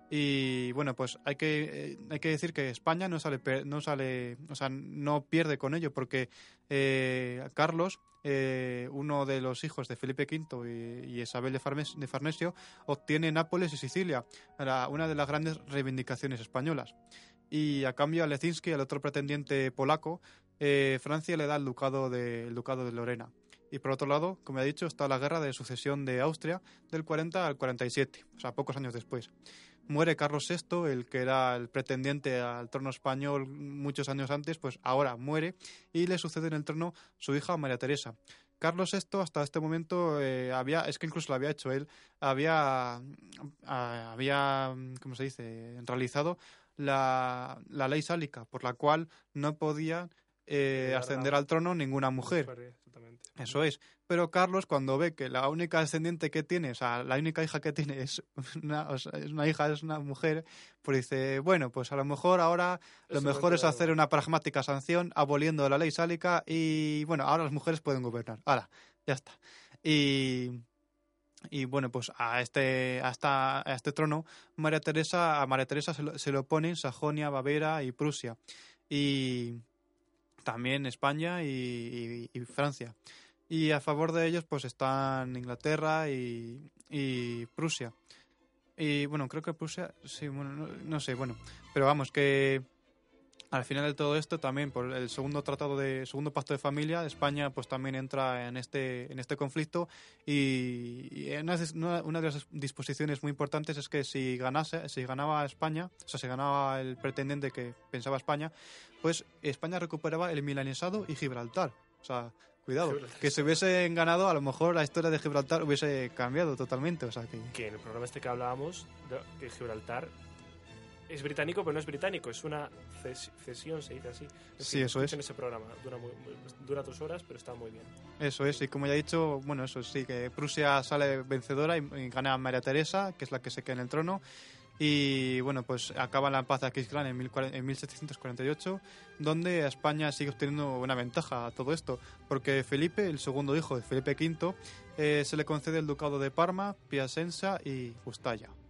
y bueno, pues hay que eh, hay que decir que España no sale, no sale, o sea, no pierde con ello, porque eh, Carlos, eh, uno de los hijos de Felipe quinto y, y Isabel de, Farmes, de Farnesio, obtiene Nápoles y Sicilia, era una de las grandes reivindicaciones españolas. Y a cambio a Leszczynski, el otro pretendiente polaco, eh, Francia le da el ducado de, el ducado de Lorena. Y por otro lado, como he dicho, está la guerra de sucesión de Austria del cuarenta al cuarenta y siete, o sea, pocos años después. Muere Carlos sexto, el que era el pretendiente al trono español muchos años antes, pues ahora muere y le sucede en el trono su hija María Teresa. Carlos sexto hasta este momento eh, había, es que incluso lo había hecho él, había, a, había, ¿cómo se dice?, realizado la, la ley sálica, por la cual no podía eh, ascender al trono ninguna mujer. Eso es. Pero Carlos, cuando ve que la única descendiente que tiene, o sea, la única hija que tiene es una, o sea, es una hija, es una mujer, pues dice, bueno, pues a lo mejor ahora lo Eso mejor es hacer una pragmática sanción aboliendo la ley sálica y, bueno, ahora las mujeres pueden gobernar. Ahora, ya está. Y... Y bueno, pues a este, a esta, a este trono, María Teresa, a María Teresa se lo, se lo oponen Sajonia, Baviera y Prusia. Y también España y, y, y Francia. Y a favor de ellos pues están Inglaterra y, y Prusia. Y bueno, creo que Prusia, sí, bueno, no, no sé, bueno. Pero vamos, que al final de todo esto también por el segundo tratado de segundo pacto de familia, España pues también entra en este en este conflicto y, y una, una de las disposiciones muy importantes es que si ganase si ganaba España, o sea, si ganaba el pretendiente que pensaba España, pues España recuperaba el milanesado y Gibraltar. O sea, cuidado, que si hubiesen ganado, a lo mejor la historia de Gibraltar hubiese cambiado totalmente. O sea que...
que en el programa este que hablábamos, de, que Gibraltar es británico, pero no es británico, es una ces- cesión, se dice así. En
Sí,
fin,
eso es.
escuchen ese programa, dura, muy, muy- dura dos horas, pero está muy bien.
Eso es, y como ya he dicho, bueno, eso sí, que Prusia sale vencedora y, y gana a María Teresa, que es la que se queda en el trono. Y bueno, pues acaba la paz de Aquisgrán en, mil cuarenta en mil setecientos cuarenta y ocho, donde España sigue obteniendo una ventaja a todo esto, porque Felipe, el segundo hijo de Felipe quinto, eh, se le concede el ducado de Parma, Piacenza y Justalla.